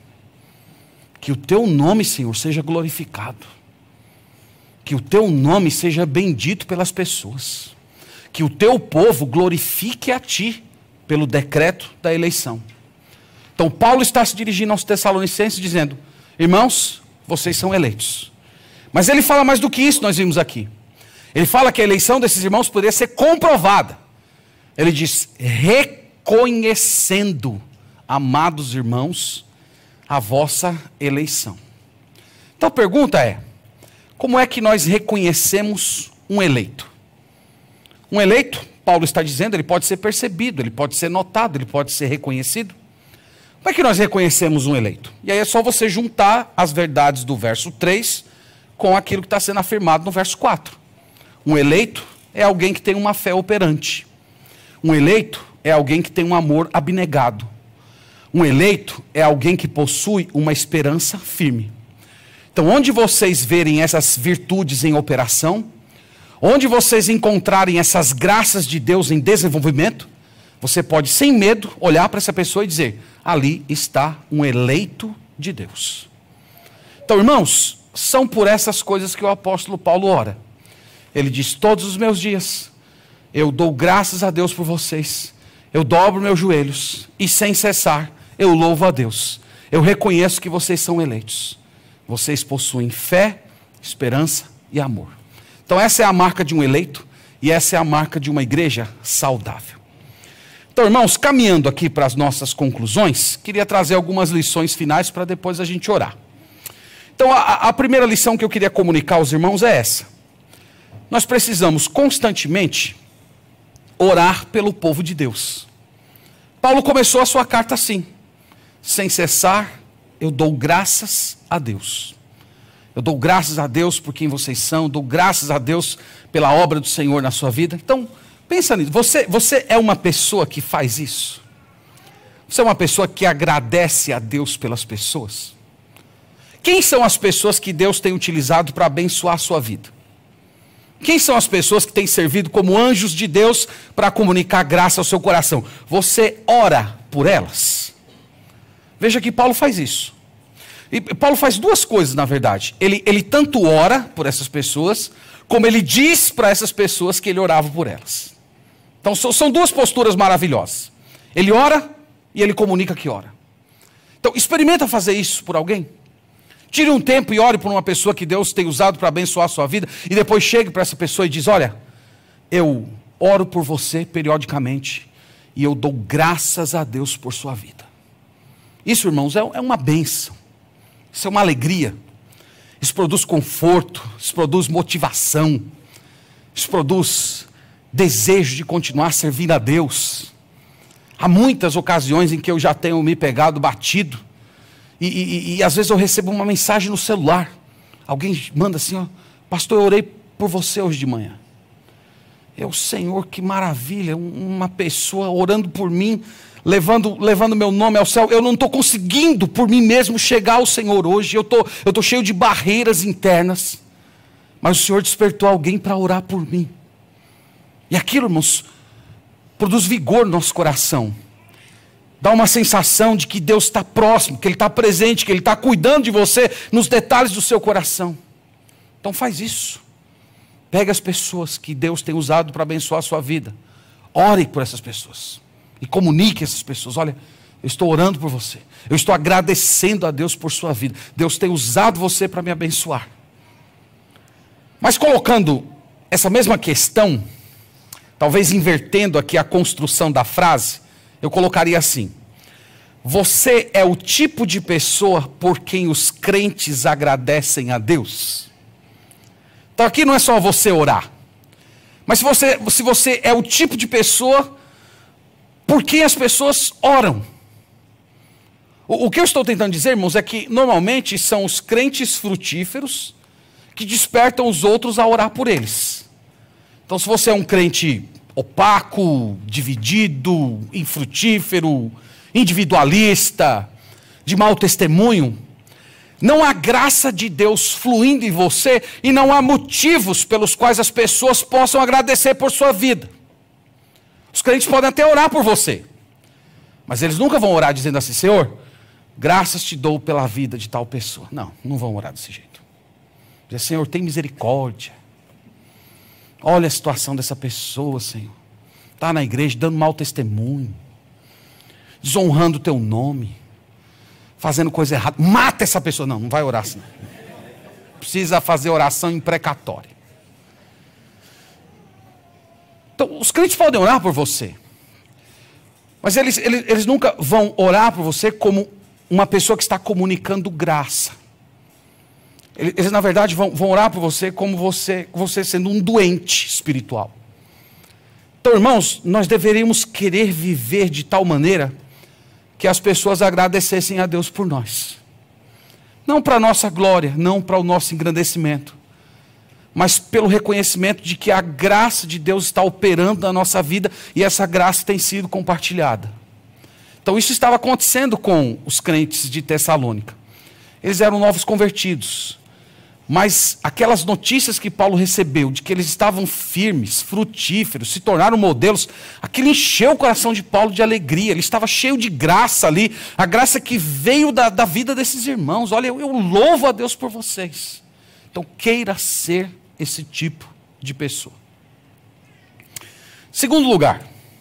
Que o teu nome, Senhor, seja glorificado. Que o teu nome seja bendito pelas pessoas. Que o teu povo glorifique a ti pelo decreto da eleição. Então Paulo está se dirigindo aos Tessalonicenses dizendo: irmãos, vocês são eleitos. Mas ele fala mais do que isso, nós vimos aqui. Ele fala que a eleição desses irmãos poderia ser comprovada. Ele diz: reconhecendo, amados irmãos, a vossa eleição. Então a pergunta é: como é que nós reconhecemos um eleito? Um eleito, Paulo está dizendo, ele pode ser percebido, ele pode ser notado, ele pode ser reconhecido. Como é que nós reconhecemos um eleito? E aí é só você juntar as verdades do verso 3 com aquilo que está sendo afirmado no verso 4. Um eleito é alguém que tem uma fé operante. Um eleito é alguém que tem um amor abnegado. Um eleito é alguém que possui uma esperança firme. Então, onde vocês verem essas virtudes em operação, onde vocês encontrarem essas graças de Deus em desenvolvimento, você pode, sem medo, olhar para essa pessoa e dizer: ali está um eleito de Deus. Então, irmãos, são por essas coisas que o apóstolo Paulo ora. Ele diz: todos os meus dias, eu dou graças a Deus por vocês. Eu dobro meus joelhos e sem cessar, eu louvo a Deus. Eu reconheço que vocês são eleitos. Vocês possuem fé, esperança e amor. Então essa é a marca de um eleito e essa é a marca de uma igreja saudável. Então, irmãos, caminhando aqui para as nossas conclusões, queria trazer algumas lições finais para depois a gente orar. Então a primeira lição que eu queria comunicar aos irmãos é essa: nós precisamos constantemente orar pelo povo de Deus. Paulo começou a sua carta assim: sem cessar, eu dou graças a Deus. Eu dou graças a Deus por quem vocês são, dou graças a Deus pela obra do Senhor na sua vida. Então, pensa nisso. Você é uma pessoa que faz isso? Você é uma pessoa que agradece a Deus pelas pessoas? Quem são as pessoas que Deus tem utilizado para abençoar a sua vida? Quem são as pessoas que têm servido como anjos de Deus para comunicar graça ao seu coração? Você ora por elas? Veja que Paulo faz isso. E Paulo faz duas coisas, na verdade. Ele tanto ora por essas pessoas, como ele diz para essas pessoas que ele orava por elas. Então são duas posturas maravilhosas. Ele ora e ele comunica que ora. Então experimenta fazer isso por alguém. Tire um tempo e ore por uma pessoa que Deus tem usado para abençoar a sua vida. E depois chegue para essa pessoa e diz: olha, eu oro por você periodicamente. E eu dou graças a Deus por sua vida. Isso, irmãos, é uma bênção. Isso é uma alegria. Isso produz conforto. Isso produz motivação. Isso produz desejo de continuar servindo a Deus. Há muitas ocasiões em que eu já tenho me pegado batido. E às vezes eu recebo uma mensagem no celular. Alguém manda assim: ó, pastor, eu orei por você hoje de manhã. Senhor, que maravilha, uma pessoa orando por mim, levando meu nome ao céu. Eu não estou conseguindo por mim mesmo chegar ao Senhor hoje. Eu tô cheio de barreiras internas. Mas o Senhor despertou alguém para orar por mim. E aquilo, irmãos, produz vigor no nosso coração. Dá uma sensação de que Deus está próximo, que Ele está presente, que Ele está cuidando de você nos detalhes do seu coração. Então faz isso. Pega as pessoas que Deus tem usado para abençoar a sua vida. Ore por essas pessoas. E comunique a essas pessoas: olha, eu estou orando por você. Eu estou agradecendo a Deus por sua vida. Deus tem usado você para me abençoar. Mas colocando essa mesma questão, talvez invertendo aqui a construção da frase, eu colocaria assim: você é o tipo de pessoa por quem os crentes agradecem a Deus? Então aqui não é só você orar, mas se você é o tipo de pessoa por quem as pessoas oram. O que eu estou tentando dizer, irmãos, é que normalmente são os crentes frutíferos que despertam os outros a orar por eles. Então se você é um crente opaco, dividido, infrutífero, individualista, de mau testemunho, Não há graça de Deus fluindo em você e não há motivos pelos quais as pessoas possam agradecer por sua vida. Os crentes podem até orar por você, mas eles nunca vão orar dizendo assim: Senhor, graças te dou pela vida de tal pessoa. Não, não vão orar desse jeito. Dizer: Senhor, tem misericórdia. Olha a situação dessa pessoa, Senhor. Está na igreja dando mau testemunho, desonrando o teu nome, fazendo coisa errada. Mata essa pessoa. Não, não vai orar assim. Precisa fazer oração imprecatória. Então, os crentes podem orar por você, mas eles nunca vão orar por você como uma pessoa que está comunicando graça. Eles na verdade, vão orar por você como você sendo um doente espiritual. Então, irmãos, nós deveríamos querer viver de tal maneira que as pessoas agradecessem a Deus por nós. Não para a nossa glória, não para o nosso engrandecimento, mas pelo reconhecimento de que a graça de Deus está operando na nossa vida e essa graça tem sido compartilhada. Então isso estava acontecendo com os crentes de Tessalônica. Eles eram novos convertidos, mas aquelas notícias que Paulo recebeu de que eles estavam firmes, frutíferos, se tornaram modelos, aquilo encheu o coração de Paulo de alegria. Ele estava cheio de graça ali, a graça que veio da vida desses irmãos. Olha, eu louvo a Deus por vocês. Então queira ser esse tipo de pessoa. Segundo lugar,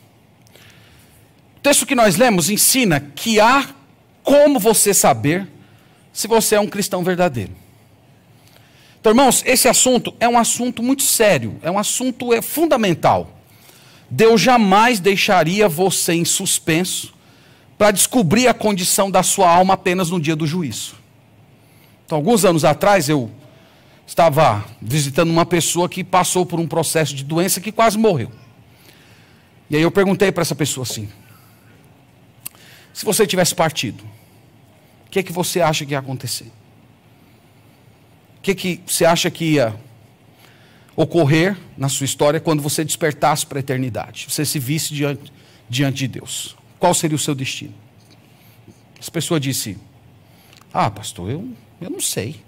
o texto que nós lemos ensina que há como você saber se você é um cristão verdadeiro. Então, irmãos, esse assunto é um assunto muito sério, é um assunto fundamental. Deus jamais deixaria você em suspenso para descobrir a condição da sua alma apenas no dia do juízo. Então, alguns anos atrás, eu estava visitando uma pessoa que passou por um processo de doença que quase morreu. E aí eu perguntei para essa pessoa assim: se você tivesse partido, o que você acha que ia acontecer? O que você acha que ia ocorrer na sua história quando você despertasse para a eternidade? Você se visse diante de Deus. Qual seria o seu destino? Essa pessoa disse: pastor, eu não sei.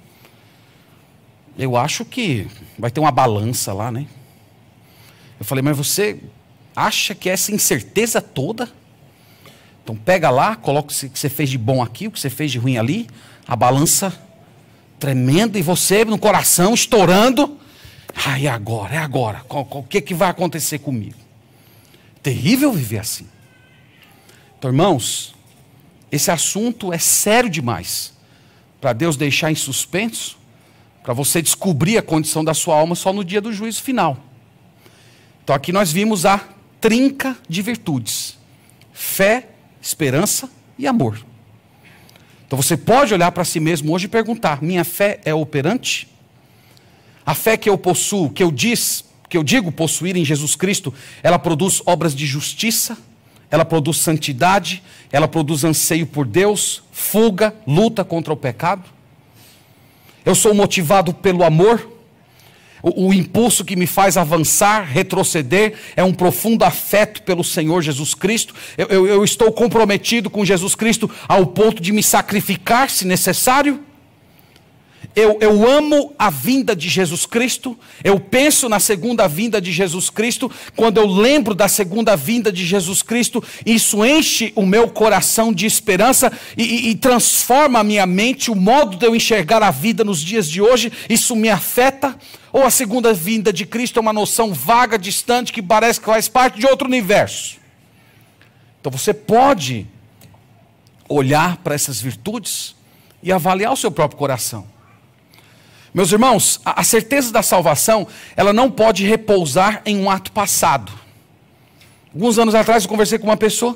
Eu acho que vai ter uma balança lá, né? Eu falei: mas você acha que essa incerteza toda? Então pega lá, coloca o que você fez de bom aqui, o que você fez de ruim ali, a balança tremendo e você no coração estourando. É agora. O que vai acontecer comigo? Terrível viver assim. Então, irmãos, esse assunto é sério demais para Deus deixar em suspenso, para você descobrir a condição da sua alma só no dia do juízo final. Então aqui nós vimos a trinca de virtudes: fé, esperança e amor. Então você pode olhar para si mesmo hoje e perguntar: minha fé é operante? A fé que eu possuo, que eu digo possuir em Jesus Cristo, ela produz obras de justiça, ela produz santidade, ela produz anseio por Deus, fuga, luta contra o pecado. Eu sou motivado pelo amor. O impulso que me faz avançar, retroceder, é um profundo afeto pelo Senhor Jesus Cristo. Eu estou comprometido com Jesus Cristo ao ponto de me sacrificar se necessário. Eu amo a vinda de Jesus Cristo. Eu penso na segunda vinda de Jesus Cristo. Quando eu lembro da segunda vinda de Jesus Cristo, isso enche o meu coração de esperança e transforma a minha mente, o modo de eu enxergar a vida nos dias de hoje. Isso me afeta. Ou a segunda vinda de Cristo é uma noção vaga, distante, que parece que faz parte de outro universo? Então você pode olhar para essas virtudes e avaliar o seu próprio coração. Meus irmãos, a certeza da salvação, ela não pode repousar em um ato passado. Alguns anos atrás eu conversei com uma pessoa.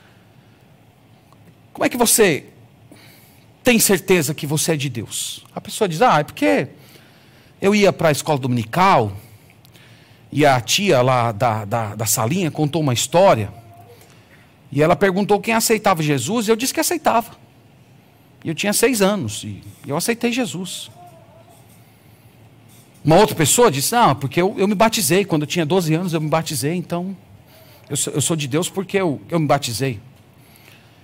Como é que você tem certeza que você é de Deus? A pessoa diz: é porque eu ia para a escola dominical e a tia lá da salinha contou uma história e ela perguntou quem aceitava Jesus e eu disse que aceitava. E eu tinha 6 anos e eu aceitei Jesus. Uma outra pessoa disse: porque eu me batizei, quando eu tinha 12 anos eu me batizei, então eu sou de Deus porque eu me batizei.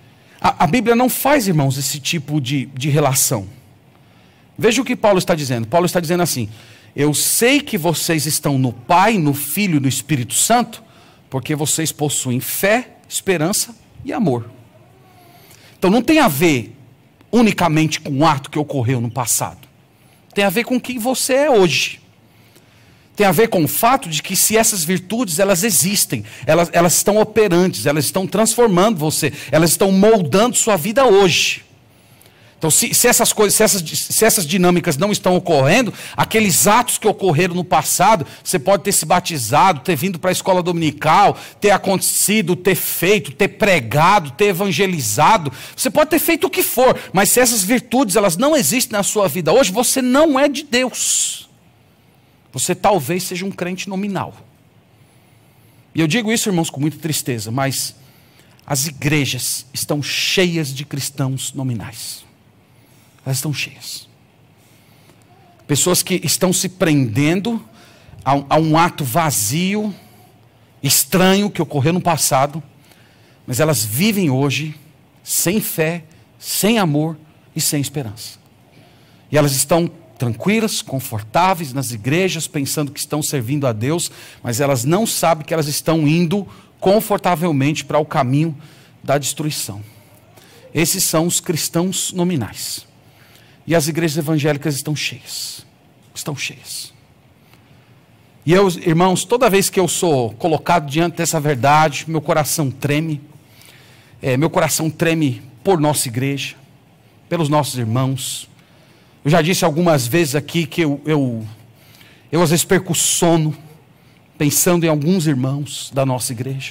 A Bíblia não faz, irmãos, esse tipo de relação. Veja o que Paulo está dizendo. Paulo está dizendo assim: eu sei que vocês estão no Pai, no Filho e no Espírito Santo, porque vocês possuem fé, esperança e amor. Então não tem a ver unicamente com o ato que ocorreu no passado. Tem a ver com quem você é hoje. Tem a ver com o fato de que se essas virtudes, elas existem, elas estão operantes, elas estão transformando você, elas estão moldando sua vida hoje. Então se essas coisas, se essas dinâmicas não estão ocorrendo, aqueles atos que ocorreram no passado, você pode ter se batizado, ter vindo para a escola dominical, ter acontecido, ter feito, ter pregado, ter evangelizado, você pode ter feito o que for, mas se essas virtudes, elas não existem na sua vida hoje, você não é de Deus. Você talvez seja um crente nominal. E eu digo isso, irmãos, com muita tristeza, mas as igrejas estão cheias de cristãos nominais. Elas estão cheias. Pessoas que estão se prendendo a um ato vazio, estranho, que ocorreu no passado, mas elas vivem hoje sem fé, sem amor e sem esperança. E elas estão tranquilas, confortáveis nas igrejas, pensando que estão servindo a Deus, mas elas não sabem que elas estão indo confortavelmente para o caminho da destruição. Esses são os cristãos nominais. E as igrejas evangélicas estão cheias. Estão cheias. E eu, irmãos, toda vez que eu sou colocado diante dessa verdade, meu coração treme. Meu coração treme por nossa igreja, pelos nossos irmãos. Eu já disse algumas vezes aqui que eu às vezes perco sono, pensando em alguns irmãos da nossa igreja.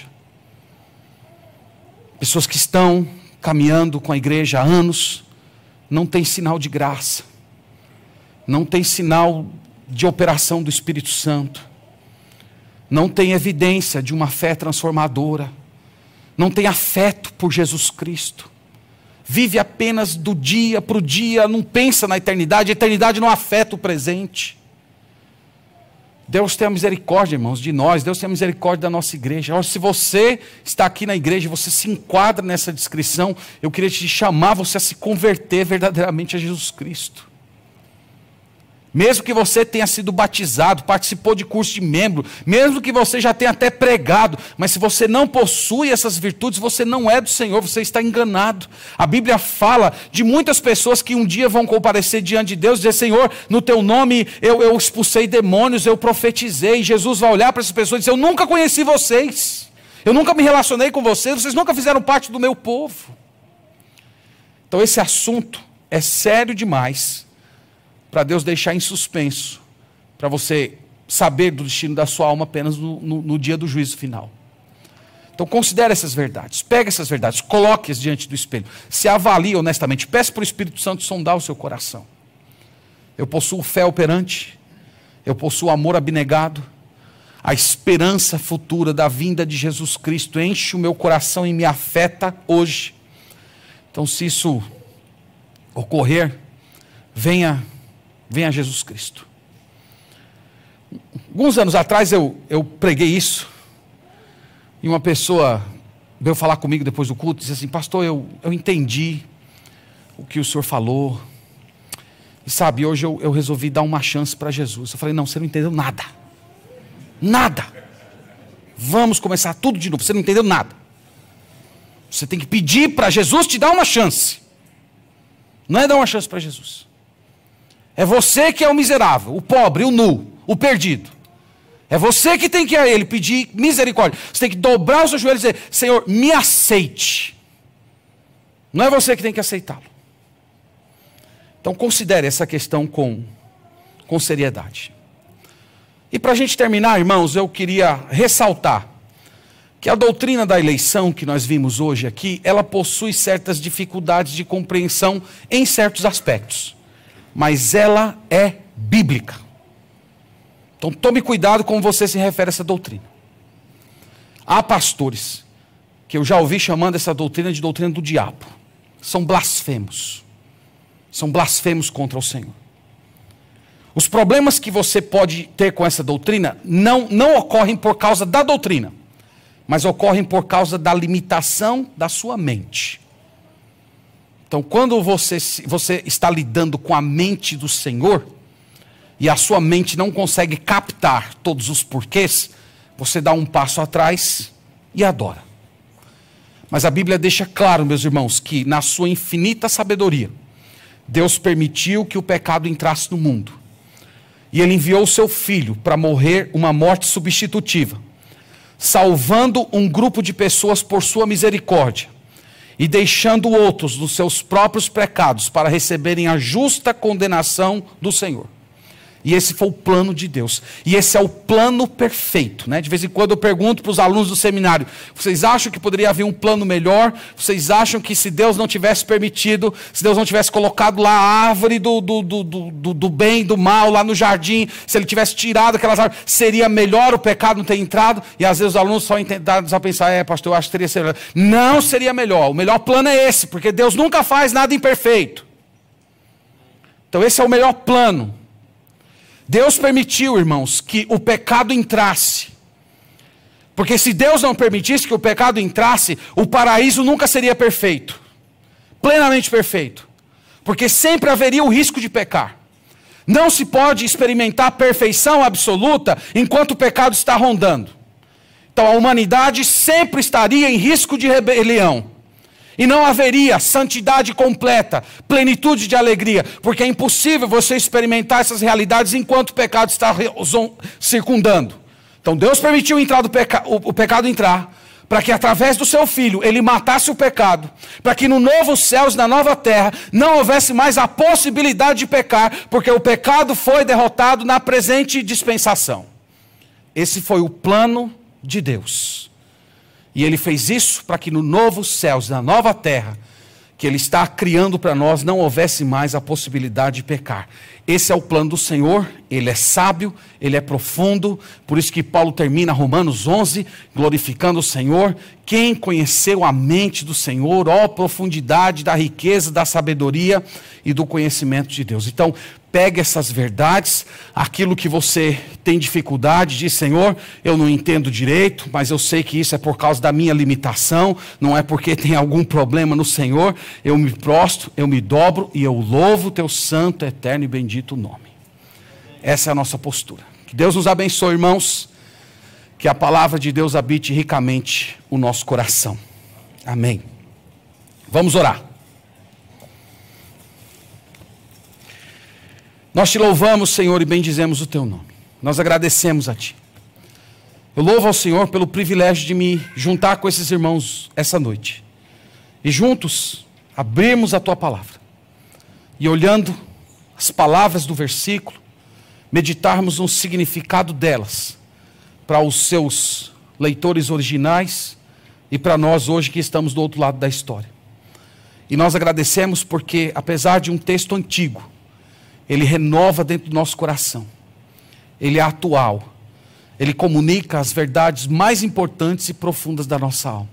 Pessoas que estão caminhando com a igreja há anos, não tem sinal de graça, não tem sinal de operação do Espírito Santo, não tem evidência de uma fé transformadora, não tem afeto por Jesus Cristo. Vive apenas do dia para o dia, não pensa na eternidade, a eternidade não afeta o presente. Deus tem a misericórdia, irmãos, de nós, Deus tem a misericórdia da nossa igreja. Se você está aqui na igreja, você se enquadra nessa descrição, eu queria te chamar você a se converter verdadeiramente a Jesus Cristo. Mesmo que você tenha sido batizado, participou de curso de membro, mesmo que você já tenha até pregado, mas se você não possui essas virtudes, você não é do Senhor, você está enganado. A Bíblia fala de muitas pessoas que um dia vão comparecer diante de Deus e dizer: Senhor, no teu nome eu expulsei demônios, eu profetizei. Jesus vai olhar para essas pessoas e dizer: eu nunca conheci vocês, eu nunca me relacionei com vocês, vocês nunca fizeram parte do meu povo. Então esse assunto é sério demais para Deus deixar em suspenso, para você saber do destino da sua alma apenas no dia do juízo final. Então considere essas verdades, pegue essas verdades, coloque-as diante do espelho, se avalie honestamente, peça para o Espírito Santo sondar o seu coração. Eu possuo fé operante, eu possuo amor abnegado, a esperança futura da vinda de Jesus Cristo enche o meu coração e me afeta hoje. Então se isso ocorrer, venha Jesus Cristo. Alguns anos atrás eu preguei isso, e uma pessoa veio falar comigo depois do culto, e disse assim: pastor, eu entendi o que o senhor falou, e sabe, hoje eu resolvi dar uma chance para Jesus. Eu falei: não, você não entendeu nada, nada, vamos começar tudo de novo, você não entendeu nada. Você tem que pedir para Jesus te dar uma chance, não é dar uma chance para Jesus. É você que é o miserável, o pobre, o nu, o perdido. É você que tem que ir a Ele pedir misericórdia. Você tem que dobrar os seus joelhos e dizer: Senhor, me aceite. Não é você que tem que aceitá-lo. Então considere essa questão com seriedade. E para a gente terminar, irmãos, eu queria ressaltar que a doutrina da eleição que nós vimos hoje aqui, ela possui certas dificuldades de compreensão em certos aspectos. Mas ela é bíblica. Então tome cuidado como você se refere a essa doutrina. Há pastores que eu já ouvi chamando essa doutrina de doutrina do diabo. São blasfemos. São blasfemos contra o Senhor. Os problemas que você pode ter com essa doutrina não ocorrem por causa da doutrina, mas ocorrem por causa da limitação da sua mente. Então, quando você está lidando com a mente do Senhor, e a sua mente não consegue captar todos os porquês, você dá um passo atrás e adora. Mas a Bíblia deixa claro, meus irmãos, que na sua infinita sabedoria, Deus permitiu que o pecado entrasse no mundo. E Ele enviou o seu Filho para morrer uma morte substitutiva, salvando um grupo de pessoas por sua misericórdia, e deixando outros nos seus próprios pecados para receberem a justa condenação do Senhor. E esse foi o plano de Deus. E esse é o plano perfeito, né? De vez em quando eu pergunto para os alunos do seminário: vocês acham que poderia haver um plano melhor? Vocês acham que se Deus não tivesse permitido, se Deus não tivesse colocado lá a árvore do bem e do mal lá no jardim, se Ele tivesse tirado aquelas árvores, seria melhor o pecado não ter entrado? E às vezes os alunos só tentaram pensar: pastor, eu acho que teria sido melhor. Não seria melhor. O melhor plano é esse, porque Deus nunca faz nada imperfeito. Então esse é o melhor plano. Deus permitiu, irmãos, que o pecado entrasse. Porque se Deus não permitisse que o pecado entrasse, o paraíso nunca seria perfeito. Plenamente perfeito. Porque sempre haveria o risco de pecar. Não se pode experimentar perfeição absoluta enquanto o pecado está rondando. Então a humanidade sempre estaria em risco de rebelião. E não haveria santidade completa, plenitude de alegria, porque é impossível você experimentar essas realidades enquanto o pecado está circundando. Então Deus permitiu o pecado entrar, para que através do seu Filho Ele matasse o pecado, para que no novo céus, na nova terra, não houvesse mais a possibilidade de pecar, porque o pecado foi derrotado na presente dispensação. Esse foi o plano de Deus. E Ele fez isso para que no novo céus, na nova terra, que Ele está criando para nós, não houvesse mais a possibilidade de pecar. Esse é o plano do Senhor. Ele é sábio, Ele é profundo. Por isso que Paulo termina Romanos 11, glorificando o Senhor. Quem conheceu a mente do Senhor, ó profundidade da riqueza, da sabedoria e do conhecimento de Deus. Então, pegue essas verdades, aquilo que você tem dificuldade, diz: Senhor, eu não entendo direito, mas eu sei que isso é por causa da minha limitação, não é porque tem algum problema no Senhor. Eu me prostro, eu me dobro e eu louvo o teu santo, eterno e bendito nome. Essa é a nossa postura. Que Deus nos abençoe, irmãos, que a palavra de Deus habite ricamente o nosso coração. Amém. Vamos orar. Nós te louvamos, Senhor, e bendizemos o teu nome. Nós agradecemos a ti. Eu louvo ao Senhor pelo privilégio de me juntar com esses irmãos essa noite. E juntos abrirmos a tua palavra. E olhando as palavras do versículo, meditarmos no significado delas para os seus leitores originais e para nós hoje que estamos do outro lado da história. E nós agradecemos porque, apesar de um texto antigo, ele renova dentro do nosso coração. Ele é atual. Ele comunica as verdades mais importantes e profundas da nossa alma.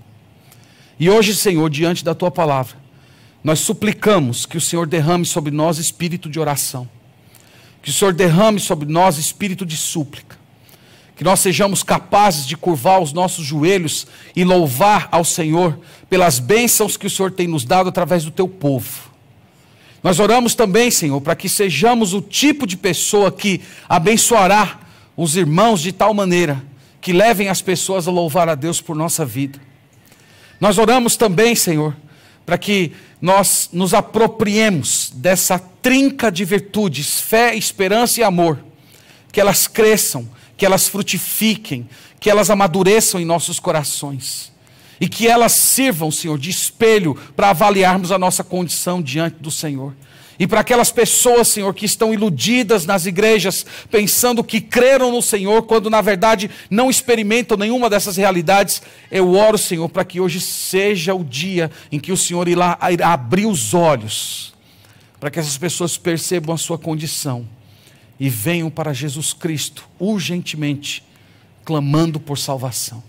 E hoje, Senhor, diante da tua palavra, nós suplicamos que o Senhor derrame sobre nós espírito de oração. Que o Senhor derrame sobre nós espírito de súplica. Que nós sejamos capazes de curvar os nossos joelhos e louvar ao Senhor pelas bênçãos que o Senhor tem nos dado através do teu povo. Nós oramos também, Senhor, para que sejamos o tipo de pessoa que abençoará os irmãos de tal maneira que levem as pessoas a louvar a Deus por nossa vida. Nós oramos também, Senhor, para que nós nos apropriemos dessa trinca de virtudes, fé, esperança e amor, que elas cresçam, que elas frutifiquem, que elas amadureçam em nossos corações. E que elas sirvam, Senhor, de espelho para avaliarmos a nossa condição diante do Senhor. E para aquelas pessoas, Senhor, que estão iludidas nas igrejas, pensando que creram no Senhor, quando na verdade não experimentam nenhuma dessas realidades, eu oro, Senhor, para que hoje seja o dia em que o Senhor irá abrir os olhos, para que essas pessoas percebam a sua condição e venham para Jesus Cristo urgentemente, clamando por salvação.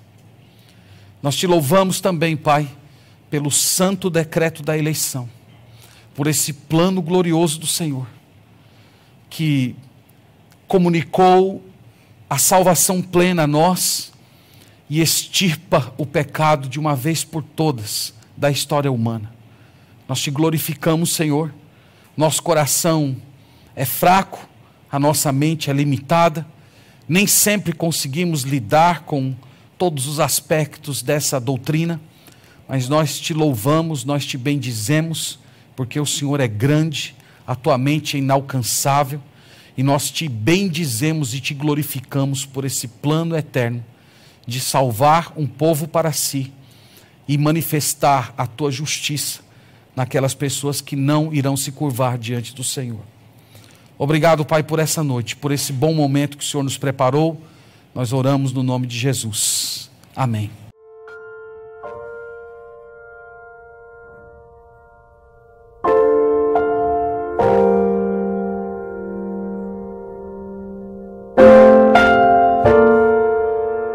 Nós te louvamos também, Pai, pelo santo decreto da eleição, por esse plano glorioso do Senhor, que comunicou a salvação plena a nós e extirpa o pecado de uma vez por todas da história humana. Nós te glorificamos, Senhor. Nosso coração é fraco, a nossa mente é limitada, nem sempre conseguimos lidar com todos os aspectos dessa doutrina, mas nós te louvamos, nós te bendizemos, porque o Senhor é grande, a tua mente é inalcançável, e nós te bendizemos e te glorificamos por esse plano eterno de salvar um povo para si e manifestar a tua justiça naquelas pessoas que não irão se curvar diante do Senhor. Obrigado, Pai, por essa noite, por esse bom momento que o Senhor nos preparou. Nós oramos no nome de Jesus. Amém.